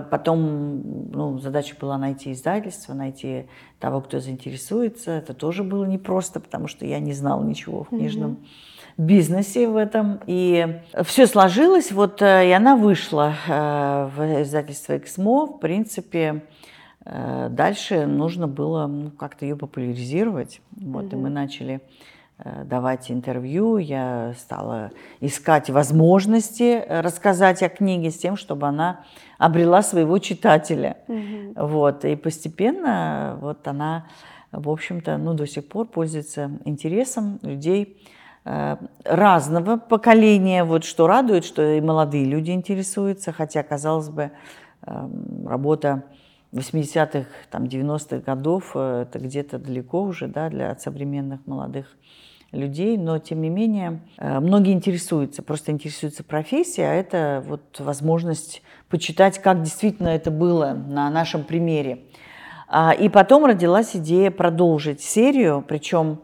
потом задача была найти издательство, найти того, кто заинтересуется. Это тоже было непросто, потому что я не знала ничего в книжном бизнесе в этом. И все сложилось, вот, и она вышла в издательство «Эксмо». В принципе, дальше нужно было как-то ее популяризировать. Вот, и мы начали давать интервью, я стала искать возможности рассказать о книге с тем, чтобы она обрела своего читателя. Вот, и постепенно вот она, в общем-то, до сих пор пользуется интересом людей разного поколения. Вот что радует, что и молодые люди интересуются, хотя, казалось бы, работа 80-х, 90-х годов, это где-то далеко уже, да, для современных молодых людей, но, тем не менее, многие интересуются, просто интересуется профессия, а это вот возможность почитать, как действительно это было на нашем примере. И потом родилась идея продолжить серию, причем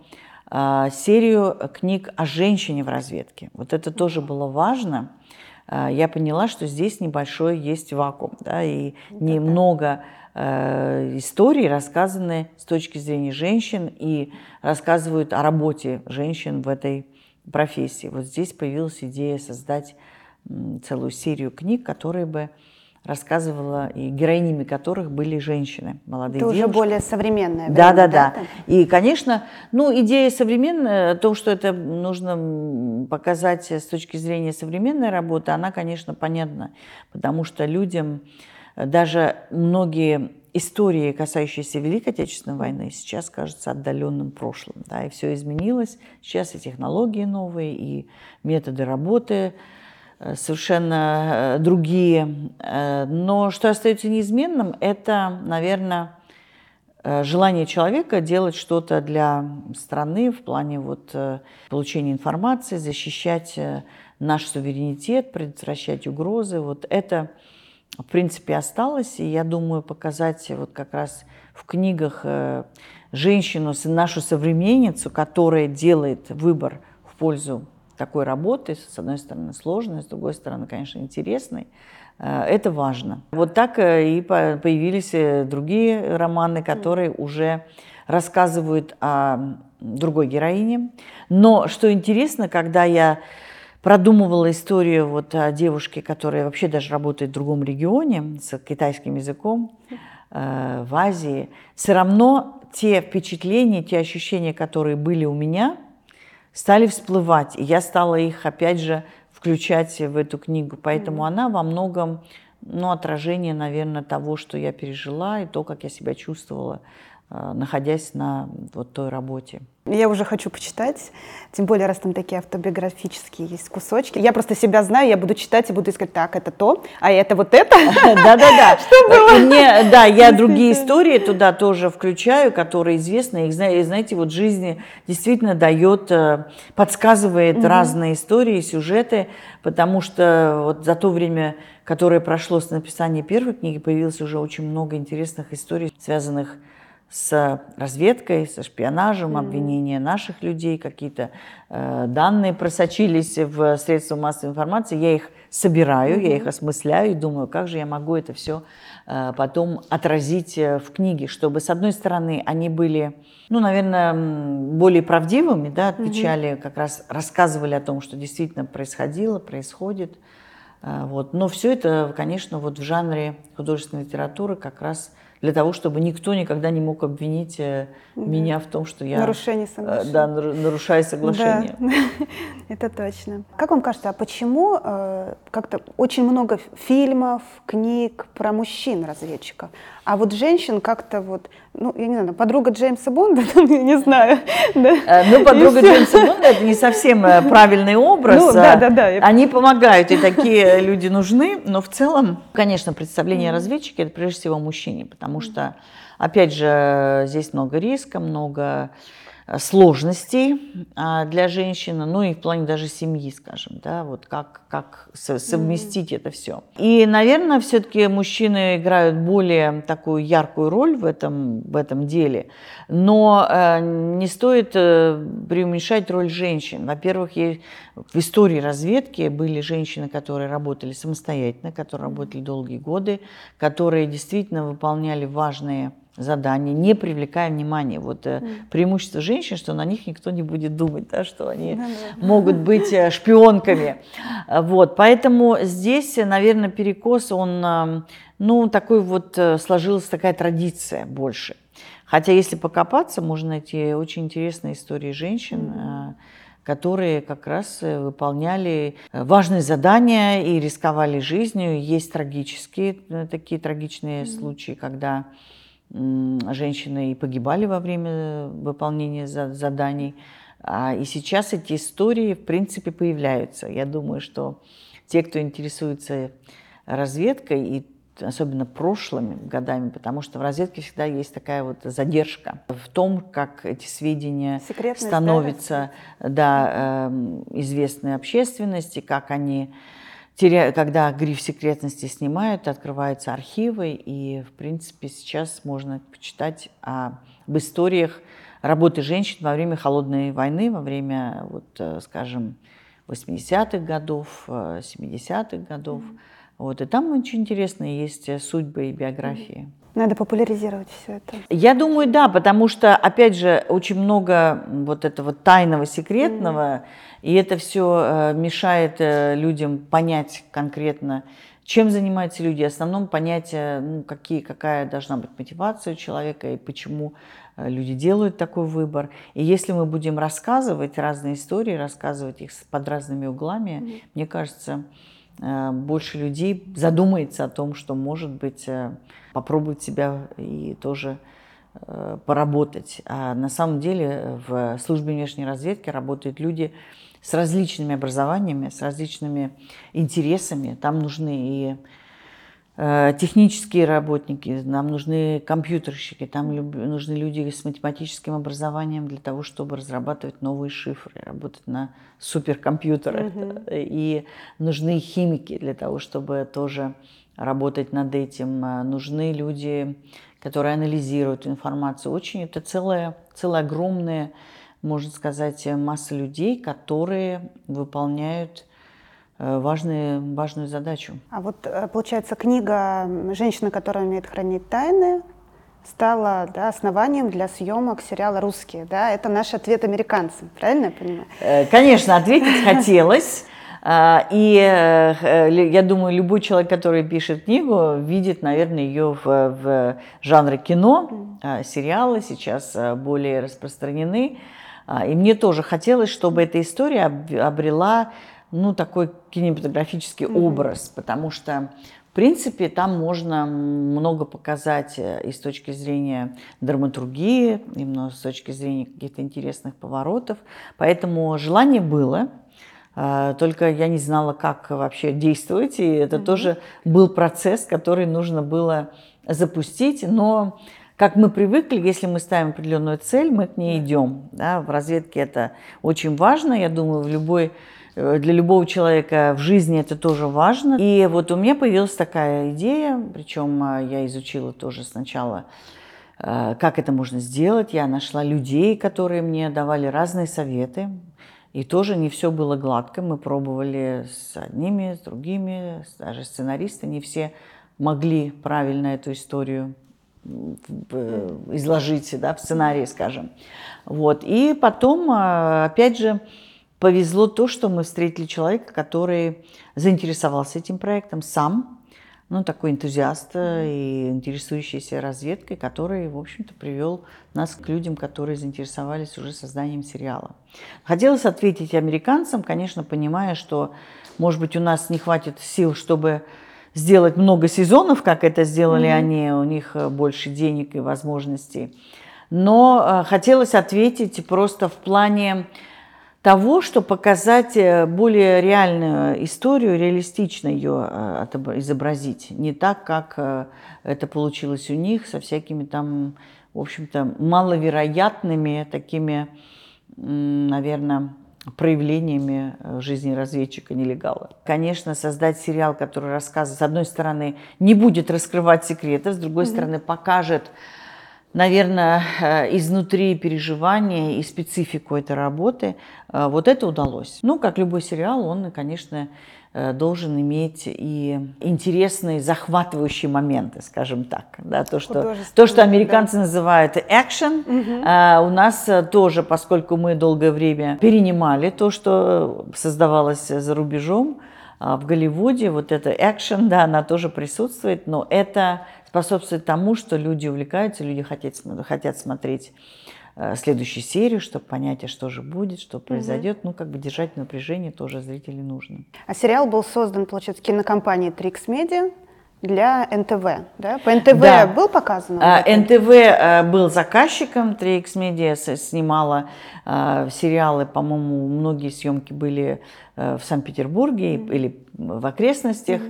серию книг о женщине в разведке. Вот это тоже было важно. Я поняла, что здесь небольшой есть вакуум, да, и немного истории рассказаны с точки зрения женщин и рассказывают о работе женщин в этой профессии. Вот здесь появилась идея создать целую серию книг, которые бы рассказывала, и героинями которых были женщины, молодые девушки. Это уже более современное. Да. И, конечно, идея современная, то, что это нужно показать с точки зрения современной работы, она, конечно, понятна, потому что людям даже многие истории, касающиеся Великой Отечественной войны, сейчас кажутся отдаленным прошлым. Да, и все изменилось. Сейчас и технологии новые, и методы работы совершенно другие. Но что остается неизменным, это, наверное, желание человека делать что-то для страны в плане получения информации, защищать наш суверенитет, предотвращать угрозы. Вот это, в принципе, осталось. И я думаю, показать как раз в книгах женщину, нашу современницу, которая делает выбор в пользу такой работы, с одной стороны сложной, с другой стороны, конечно, интересной, это важно. Вот так и появились другие романы, которые уже рассказывают о другой героине. Но что интересно, когда я продумывала историю о девушке, которая вообще даже работает в другом регионе, с китайским языком, в Азии, все равно те впечатления, те ощущения, которые были у меня, стали всплывать, и я стала их, опять же, включать в эту книгу. Поэтому она во многом отражение, наверное, того, что я пережила, и то, как я себя чувствовала, находясь на той работе. Я уже хочу почитать, тем более, раз там такие автобиографические есть кусочки. Я просто себя знаю, я буду читать и буду искать, так, это то, а это вот это. Да. Что было? Я другие истории туда тоже включаю, которые известны. И, знаете, жизнь действительно дает, подсказывает разные истории, сюжеты, потому что за то время, которое прошло с написания первой книги, появилось уже очень много интересных историй, связанных с разведкой, со шпионажем, обвинения наших людей, какие-то данные просочились в средства массовой информации. Я их собираю, я их осмысляю и думаю, как же я могу это все потом отразить в книге, чтобы, с одной стороны, они были, наверное, более правдивыми, да, отвечали, как раз рассказывали о том, что действительно происходило, происходит. Но все это, конечно, в жанре художественной литературы как раз для того, чтобы никто никогда не мог обвинить меня в том, что я нарушаю соглашение. Да. Это точно. Как вам кажется, а почему как-то очень много фильмов, книг про мужчин-разведчиков, а женщин как-то я не знаю, подруга Джеймса Бонда, я не знаю. Подруга Джеймса Бонда — это не совсем правильный образ. Они помогают, и такие люди нужны, но в целом, конечно, представление о разведчике — это прежде всего мужчине, потому что, опять же, здесь много риска, много сложностей для женщины, ну и в плане даже семьи, скажем, да, вот как совместить это все. И, наверное, все-таки мужчины играют более такую яркую роль в этом деле, но не стоит преуменьшать роль женщин. Во-первых, в истории разведки были женщины, которые работали самостоятельно, которые работали долгие годы, которые действительно выполняли важные задания, не привлекая внимания. Вот преимущество женщин, что на них никто не будет думать, да, что они могут быть шпионками. Вот, поэтому здесь, наверное, перекос, он, ну, такой вот, сложилась такая традиция больше. Хотя, если покопаться, можно найти очень интересные истории женщин, которые как раз выполняли важные задания и рисковали жизнью. Есть такие трагичные случаи, когда женщины и погибали во время выполнения заданий. И сейчас эти истории, в принципе, появляются. Я думаю, что те, кто интересуется разведкой, и особенно прошлыми годами, потому что в разведке всегда есть такая вот задержка в том, как эти сведения становятся известны общественности, как они когда гриф секретности снимают, открываются архивы, и, в принципе, сейчас можно почитать об историях работы женщин во время Холодной войны, во время, вот, скажем, 80-х годов, 70-х годов. Вот, и там очень интересные есть судьбы и биографии. Надо популяризировать все это. Я думаю, да, потому что, опять же, очень много вот этого тайного, секретного, и это все мешает людям понять конкретно, чем занимаются люди, в основном понять, ну, какая должна быть мотивация у человека и почему люди делают такой выбор. И если мы будем рассказывать разные истории, рассказывать их под разными углами, мне кажется, больше людей задумается о том, что, может быть, попробовать себя и тоже поработать. А на самом деле в службе внешней разведки работают люди с различными образованиями, с различными интересами. Там нужны и технические работники, нам нужны компьютерщики, там нужны люди с математическим образованием для того, чтобы разрабатывать новые шифры, работать на суперкомпьютерах. И нужны химики для того, чтобы тоже работать над этим. Нужны люди, которые анализируют информацию. Это целая огромная, можно сказать, масса людей, которые выполняют важную задачу. А вот, получается, книга «Женщина, которая умеет хранить тайны» стала, да, основанием для съемок сериала «Русские». Да? Это наш ответ американцам, правильно я понимаю? Конечно, ответить хотелось. И я думаю, любой человек, который пишет книгу, видит, наверное, ее в жанре кино. Сериалы сейчас более распространены. И мне тоже хотелось, чтобы эта история обрела, ну, такой кинематографический образ, потому что, в принципе, там можно много показать и с точки зрения драматургии, именно с точки зрения каких-то интересных поворотов. Поэтому желание было, только я не знала, как вообще действовать, и это тоже был процесс, который нужно было запустить, но как мы привыкли, если мы ставим определенную цель, мы к ней идем. Да? В разведке это очень важно, я думаю, для любого человека в жизни это тоже важно. И вот у меня появилась такая идея, причем я изучила тоже сначала, как это можно сделать. Я нашла людей, которые мне давали разные советы. И тоже не все было гладко. Мы пробовали с одними, с другими, даже сценаристы. Не все могли правильно эту историю изложить, да, в сценарии, скажем. Вот. И потом, опять же, повезло то, что мы встретили человека, который заинтересовался этим проектом сам, ну, такой энтузиаст и интересующийся разведкой, который, в общем-то, привел нас к людям, которые заинтересовались уже созданием сериала. Хотелось ответить американцам, конечно, понимая, что, может быть, у нас не хватит сил, чтобы сделать много сезонов, как это сделали они, у них больше денег и возможностей. Но хотелось ответить просто в плане того, что показать более реальную историю, реалистично ее изобразить. Не так, как это получилось у них, со всякими там в общем-то, маловероятными такими, наверное, проявлениями жизни разведчика-нелегала. Конечно, создать сериал, который рассказывает, с одной стороны, не будет раскрывать секреты, с другой стороны, покажет, наверное, изнутри переживания и специфику этой работы, вот это удалось. Ну, как любой сериал, он, конечно, должен иметь и интересные, захватывающие моменты, скажем так. Да, то, что американцы называют экшен, у нас тоже, поскольку мы долгое время перенимали то, что создавалось за рубежом, в Голливуде, вот это экшен, да, она тоже присутствует, но это способствует тому, что люди увлекаются, люди хотят смотреть следующую серию, чтобы понять, а что же будет, что произойдет. Ну, как бы держать напряжение тоже зрителю нужно. А сериал был создан, получается, кинокомпанией Trix Media для НТВ, да? По НТВ да. Был показан? НТВ был заказчиком, Trix Media снимала сериалы, по-моему, многие съемки были в Санкт-Петербурге или в окрестностях.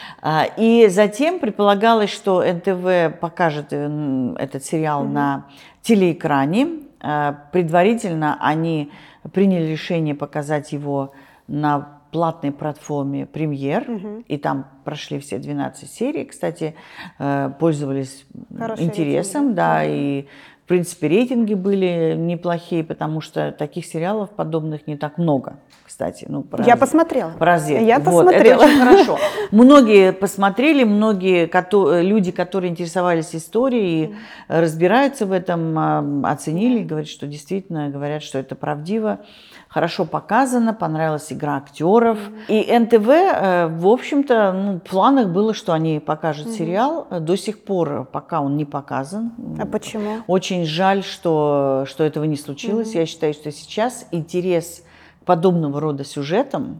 И затем предполагалось, что НТВ покажет этот сериал на телеэкране. Предварительно они приняли решение показать его на платной платформе «Премьер», и там прошли все 12 серий. Кстати, пользовались интересом, рейтинги. Да, и в принципе рейтинги были неплохие, потому что таких сериалов подобных не так много. Кстати, ну, я посмотрела. Я посмотрела. Это очень хорошо. Многие посмотрели, многие люди, которые интересовались историей, разбираются в этом, оценили, говорят, что действительно, говорят, что это правдиво, хорошо показано, понравилась игра актеров. И НТВ, в общем-то, ну, в планах было, что они покажут сериал. До сих пор, пока он не показан. А почему? Очень жаль, что этого не случилось. Я считаю, что сейчас интерес подобного рода сюжетам,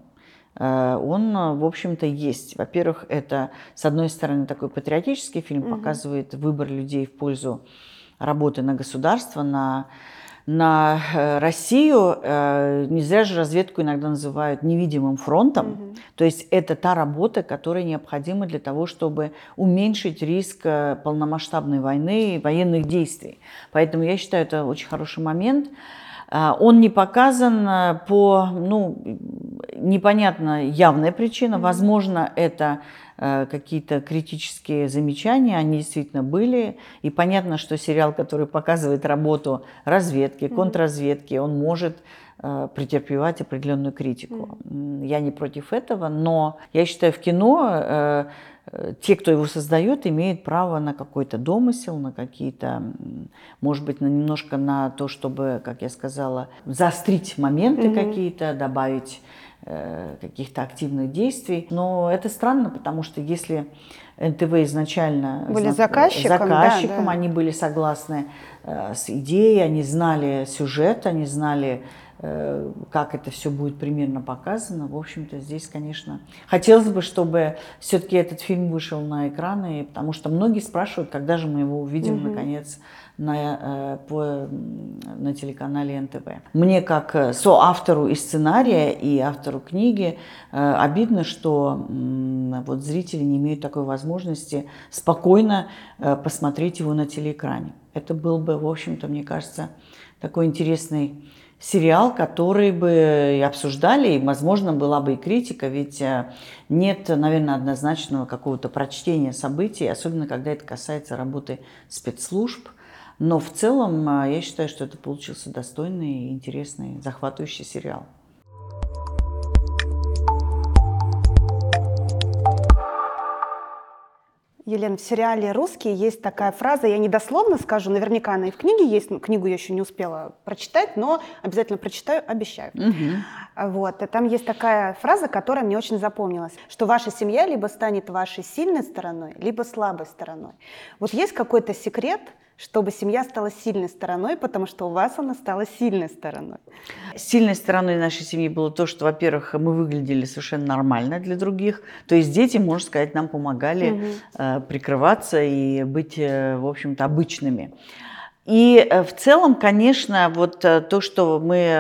он, в общем-то, есть. Во-первых, это, с одной стороны, такой патриотический фильм, показывает выбор людей в пользу работы на государство, на Россию. Не зря же разведку иногда называют невидимым фронтом. То есть это та работа, которая необходима для того, чтобы уменьшить риск полномасштабной войны и военных действий. Поэтому я считаю, это очень хороший момент. Он не показан по, ну, непонятно, явная причина. Возможно, это какие-то критические замечания, они действительно были. И понятно, что сериал, который показывает работу разведки, контрразведки, он может претерпевать определенную критику. Я не против этого, но я считаю, в кино те, кто его создает, имеют право на какой-то домысел, на какие-то, может быть, немножко на то, чтобы, как я сказала, заострить моменты какие-то, добавить каких-то активных действий. Но это странно, потому что если НТВ изначально были заказчиком, да. Они были согласны с идеей, они знали сюжет, они знали, как это все будет примерно показано. В общем-то, здесь, конечно, хотелось бы, чтобы все-таки этот фильм вышел на экраны, потому что многие спрашивают, когда же мы его увидим, наконец, на телеканале НТВ. Мне, как соавтору и сценария, и автору книги, обидно, что вот зрители не имеют такой возможности спокойно посмотреть его на телеэкране. Это был бы, в общем-то, мне кажется, такой интересный сериал, который бы обсуждали, и, возможно, была бы и критика, ведь нет, наверное, однозначного какого-то прочтения событий, особенно когда это касается работы спецслужб. Но в целом я считаю, что это получился достойный, интересный, захватывающий сериал. Елена, в сериале «Русский» есть такая фраза, я не дословно скажу, наверняка она и в книге есть, книгу я еще не успела прочитать, но обязательно прочитаю, обещаю. Вот. И там есть такая фраза, которая мне очень запомнилась, что ваша семья либо станет вашей сильной стороной, либо слабой стороной. Вот есть какой-то секрет, чтобы семья стала сильной стороной, потому что у вас она стала сильной стороной? Сильной стороной нашей семьи было то, что, во-первых, мы выглядели совершенно нормально для других. То есть дети, можно сказать, нам помогали прикрываться и быть, в общем-то, обычными. И в целом, конечно, вот то, что мы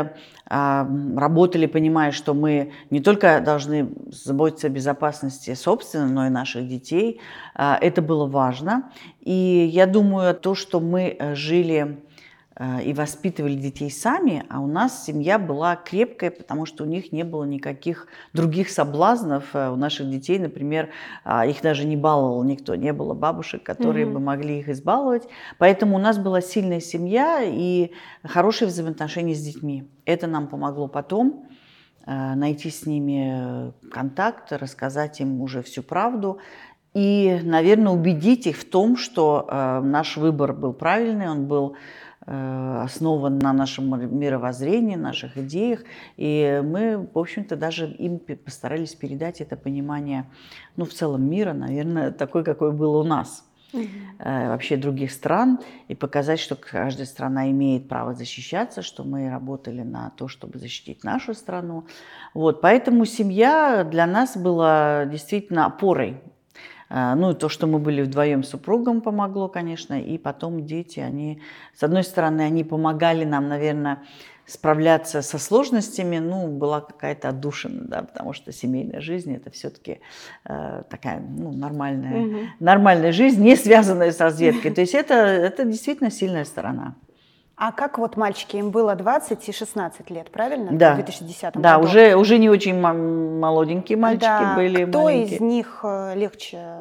работали, понимая, что мы не только должны заботиться о безопасности собственной, но и наших детей. Это было важно. И я думаю, то, что мы жили и воспитывали детей сами, а у нас семья была крепкая, потому что у них не было никаких других соблазнов. У наших детей, например, их даже не баловал никто, не было бабушек, которые бы могли их избаловать. Поэтому у нас была сильная семья и хорошие взаимоотношения с детьми. Это нам помогло потом найти с ними контакт, рассказать им уже всю правду. И, наверное, убедить их в том, что наш выбор был правильный, он был основан на нашем мировоззрении, наших идеях. И мы, в общем-то, даже им постарались передать это понимание, в целом мира, наверное, такой, какой был у нас. Вообще других стран, и показать, что каждая страна имеет право защищаться, что мы работали на то, чтобы защитить нашу страну. Поэтому семья для нас была действительно опорой. И то, что мы были вдвоем с супругом, помогло, конечно, и потом дети, они, с одной стороны, они помогали нам, наверное, справляться со сложностями, была какая-то отдушина, да, потому что семейная жизнь – это все-таки такая, нормальная жизнь, не связанная с разведкой. То есть это действительно сильная сторона. А как мальчики, им было 20 и 16 лет, правильно? Да. В 2010 да, году. уже не очень молоденькие мальчики были. Кто маленькие. из них легче?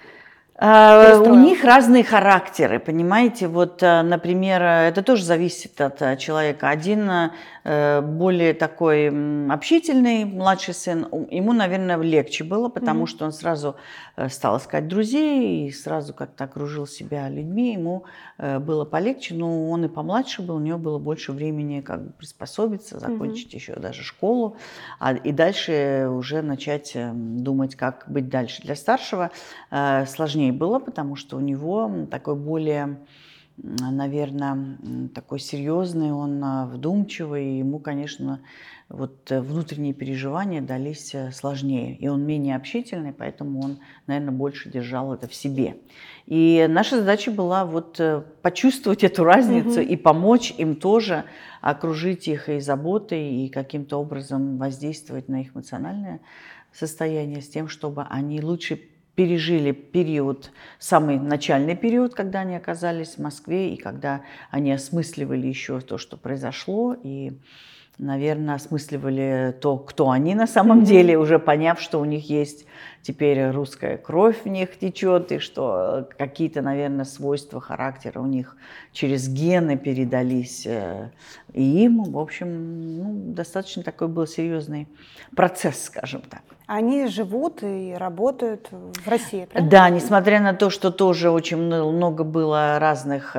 У них разные характеры, понимаете. Например, это тоже зависит от человека. Один более такой общительный младший сын, ему, наверное, легче было, потому что он сразу стал искать друзей и сразу как-то окружил себя людьми, ему было полегче, но он и помладше был, у него было больше времени как бы приспособиться, закончить еще даже школу, и дальше уже начать думать, как быть дальше. Для старшего сложнее было, потому что у него такой более, наверное, такой серьезный, он вдумчивый, и ему, конечно, внутренние переживания дались сложнее. И он менее общительный, поэтому он, наверное, больше держал это в себе. И наша задача была почувствовать эту разницу и помочь им тоже, окружить их и заботой, и каким-то образом воздействовать на их эмоциональное состояние с тем, чтобы они лучше пережили самый начальный период, когда они оказались в Москве, и когда они осмысливали еще то, что произошло, и, наверное, осмысливали то, кто они на самом деле, уже поняв, что у них есть теперь русская кровь в них течет, и что какие-то, наверное, свойства характера у них через гены передались и им. В общем, достаточно такой был серьезный процесс, скажем так. Они живут и работают в России, правильно? Да, несмотря на то, что тоже очень много было разных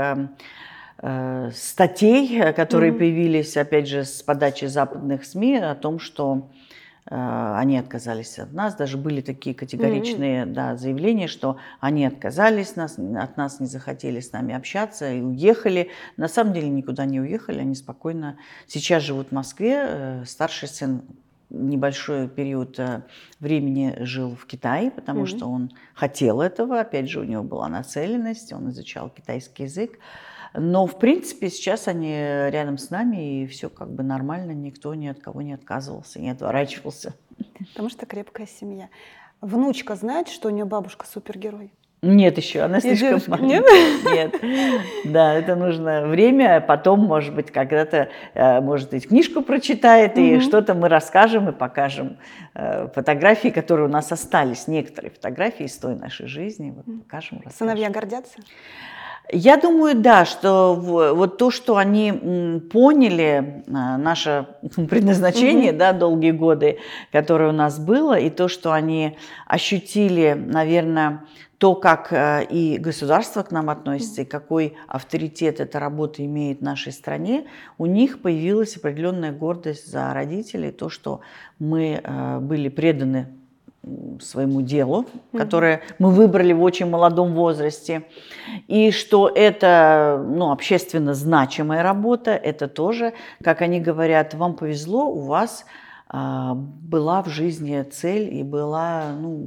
статей, которые появились, опять же, с подачи западных СМИ о том, что они отказались от нас. Даже были такие категоричные заявления, что они отказались от нас, не захотели с нами общаться и уехали. На самом деле никуда не уехали, они спокойно сейчас живут в Москве. Старший сын небольшой период времени жил в Китае, потому что он хотел этого. Опять же, у него была нацеленность, он изучал китайский язык. Но, в принципе, сейчас они рядом с нами, и все как бы нормально, никто ни от кого не отказывался, не отворачивался. Потому что крепкая семья. Внучка знает, что у нее бабушка супергерой? Нет еще, она слишком маленькая. Нет? Да, это нужно время, потом, может быть, когда-то, может, и книжку прочитает, и что-то мы расскажем и покажем. Фотографии, которые у нас остались, некоторые фотографии из той нашей жизни, покажем, расскажем. Сыновья гордятся? Я думаю, да, что то, что они поняли, наше предназначение, долгие годы, которое у нас было, и то, что они ощутили, наверное, то, как и государство к нам относится, и какой авторитет эта работа имеет в нашей стране, у них появилась определенная гордость за родителей, то, что мы были преданы своему делу, которое мы выбрали в очень молодом возрасте, и что это общественно значимая работа, это тоже, как они говорят, вам повезло, у вас была в жизни цель и была, был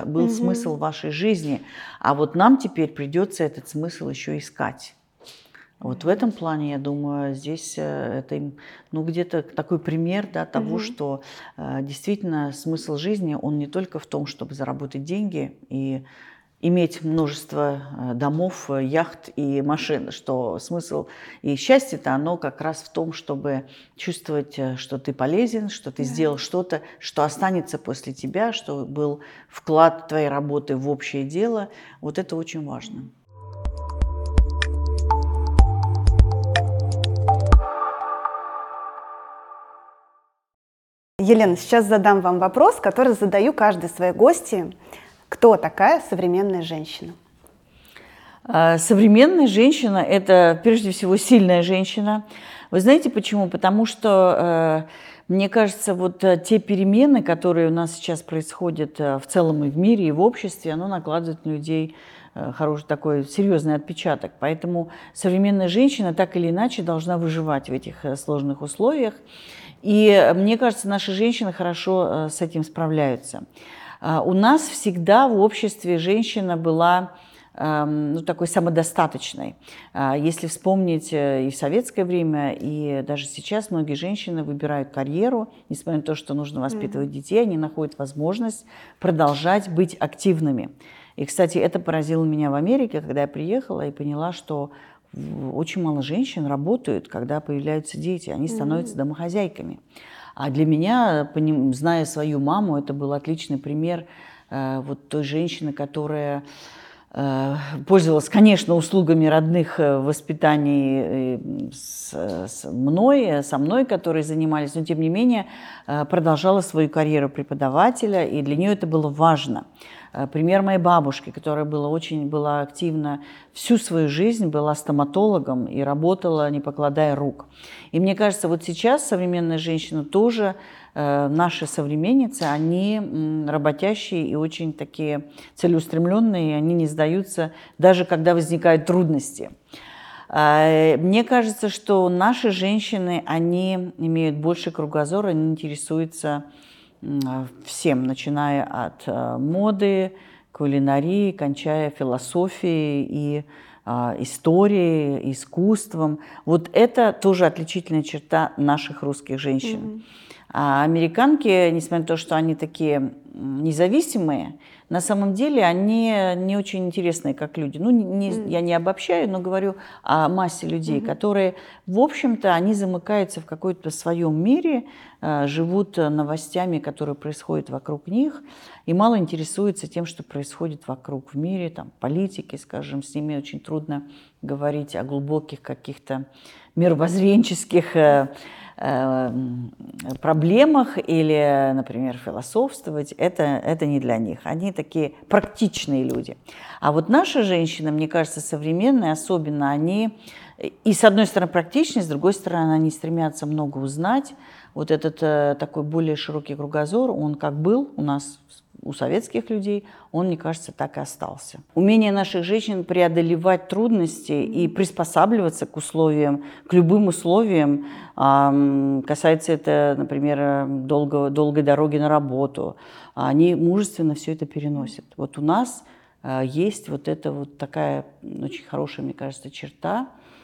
смысл вашей жизни, а нам теперь придется этот смысл еще искать. Вот в этом плане, я думаю, здесь это ну, где-то такой пример, да, того, что действительно смысл жизни, он не только в том, чтобы заработать деньги и иметь множество домов, яхт и машин, что смысл и счастье-то оно как раз в том, чтобы чувствовать, что ты полезен, что ты сделал что-то, что останется после тебя, что был вклад твоей работы в общее дело. Вот это очень важно. Елена, сейчас задам вам вопрос, который задаю каждой своей гости. Кто такая современная женщина? Современная женщина – это, прежде всего, сильная женщина. Вы знаете почему? Потому что, мне кажется, вот те перемены, которые у нас сейчас происходят в целом и в мире, и в обществе, оно накладывает на людей хороший такой серьезный отпечаток. Поэтому современная женщина так или иначе должна выживать в этих сложных условиях. И мне кажется, наши женщины хорошо с этим справляются. У нас всегда в обществе женщина была ну, такой самодостаточной. Если вспомнить и в советское время, и даже сейчас многие женщины выбирают карьеру, несмотря на то, что нужно воспитывать детей, они находят возможность продолжать быть активными. И, кстати, это поразило меня в Америке, когда я приехала и поняла, что очень мало женщин работают, когда появляются дети, они становятся домохозяйками. А для меня, зная свою маму, это был отличный пример вот той женщины, которая пользовалась, конечно, услугами родных в воспитании со мной, которые занимались, но тем не менее продолжала свою карьеру преподавателя, и для нее это было важно. Пример моей бабушки, которая была активна всю свою жизнь, была стоматологом и работала, не покладая рук. И мне кажется, вот сейчас современная женщина тоже, наши современницы, они работящие и очень такие целеустремленные, они не сдаются, даже когда возникают трудности. Мне кажется, что наши женщины, они имеют больше кругозора, они интересуются всем, начиная от моды, кулинарии, кончая философией и историей, искусством. Вот это тоже отличительная черта наших русских женщин. А американки, несмотря на то, что они такие независимые, на самом деле они не очень интересные как люди. Ну, я не обобщаю, но говорю о массе людей, которые, в общем-то, они замыкаются в какой-то своем мире, живут новостями, которые происходят вокруг них, и мало интересуются тем, что происходит вокруг в мире, там, политики, скажем, с ними очень трудно говорить о глубоких каких-то мировоззренческих проблемах или, например, философствовать, это не для них. Они такие практичные люди. А вот наши женщины, мне кажется, современные, особенно они, и с одной стороны практичные, с другой стороны они стремятся много узнать. Вот этот такой более широкий кругозор, он как был у нас, у советских людей, он, мне кажется, так и остался. Умение наших женщин преодолевать трудности и приспосабливаться к условиям, к любым условиям, касается это, например, долгой дороги на работу, они мужественно все это переносят. Вот у нас есть вот эта вот такая очень хорошая, мне кажется, черта,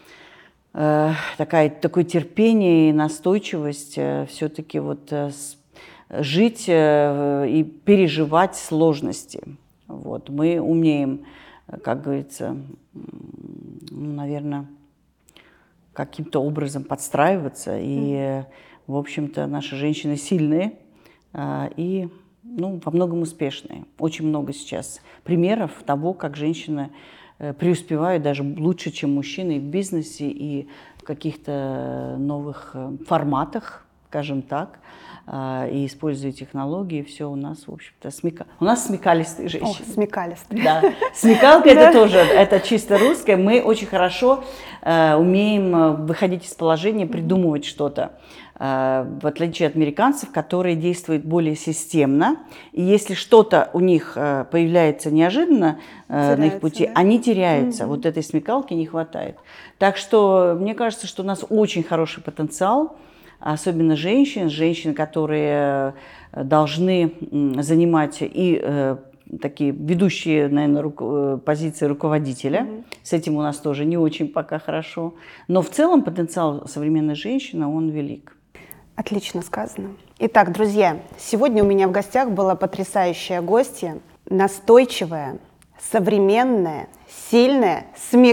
такое терпение и настойчивость все-таки вот жить и переживать сложности. Вот. Мы умеем, как говорится, наверное, каким-то образом подстраиваться. И, в общем-то, наши женщины сильные и во многом успешные. Очень много сейчас примеров того, как женщины преуспевают даже лучше, чем мужчины и в бизнесе, и в каких-то новых форматах, скажем так, и используя технологии, все у нас, в общем-то, у нас смекалистые женщины. О, смекалистые. Да, смекалка это тоже, это чисто русское. Мы очень хорошо умеем выходить из положения, придумывать что-то. В отличие от американцев, которые действуют более системно. И если что-то у них появляется неожиданно на их пути, они теряются. Вот этой смекалки не хватает. Так что мне кажется, что у нас очень хороший потенциал, особенно женщин, которые должны занимать и такие ведущие, наверное, позиции руководителя. С этим у нас тоже не очень пока хорошо. Но в целом потенциал современной женщины, он велик. Отлично сказано. Итак, друзья, сегодня у меня в гостях была потрясающая гостья, настойчивая, современная, сильная,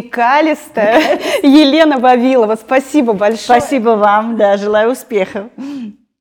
смекалистая Елена Вавилова. Спасибо большое. Спасибо вам, да, желаю успехов.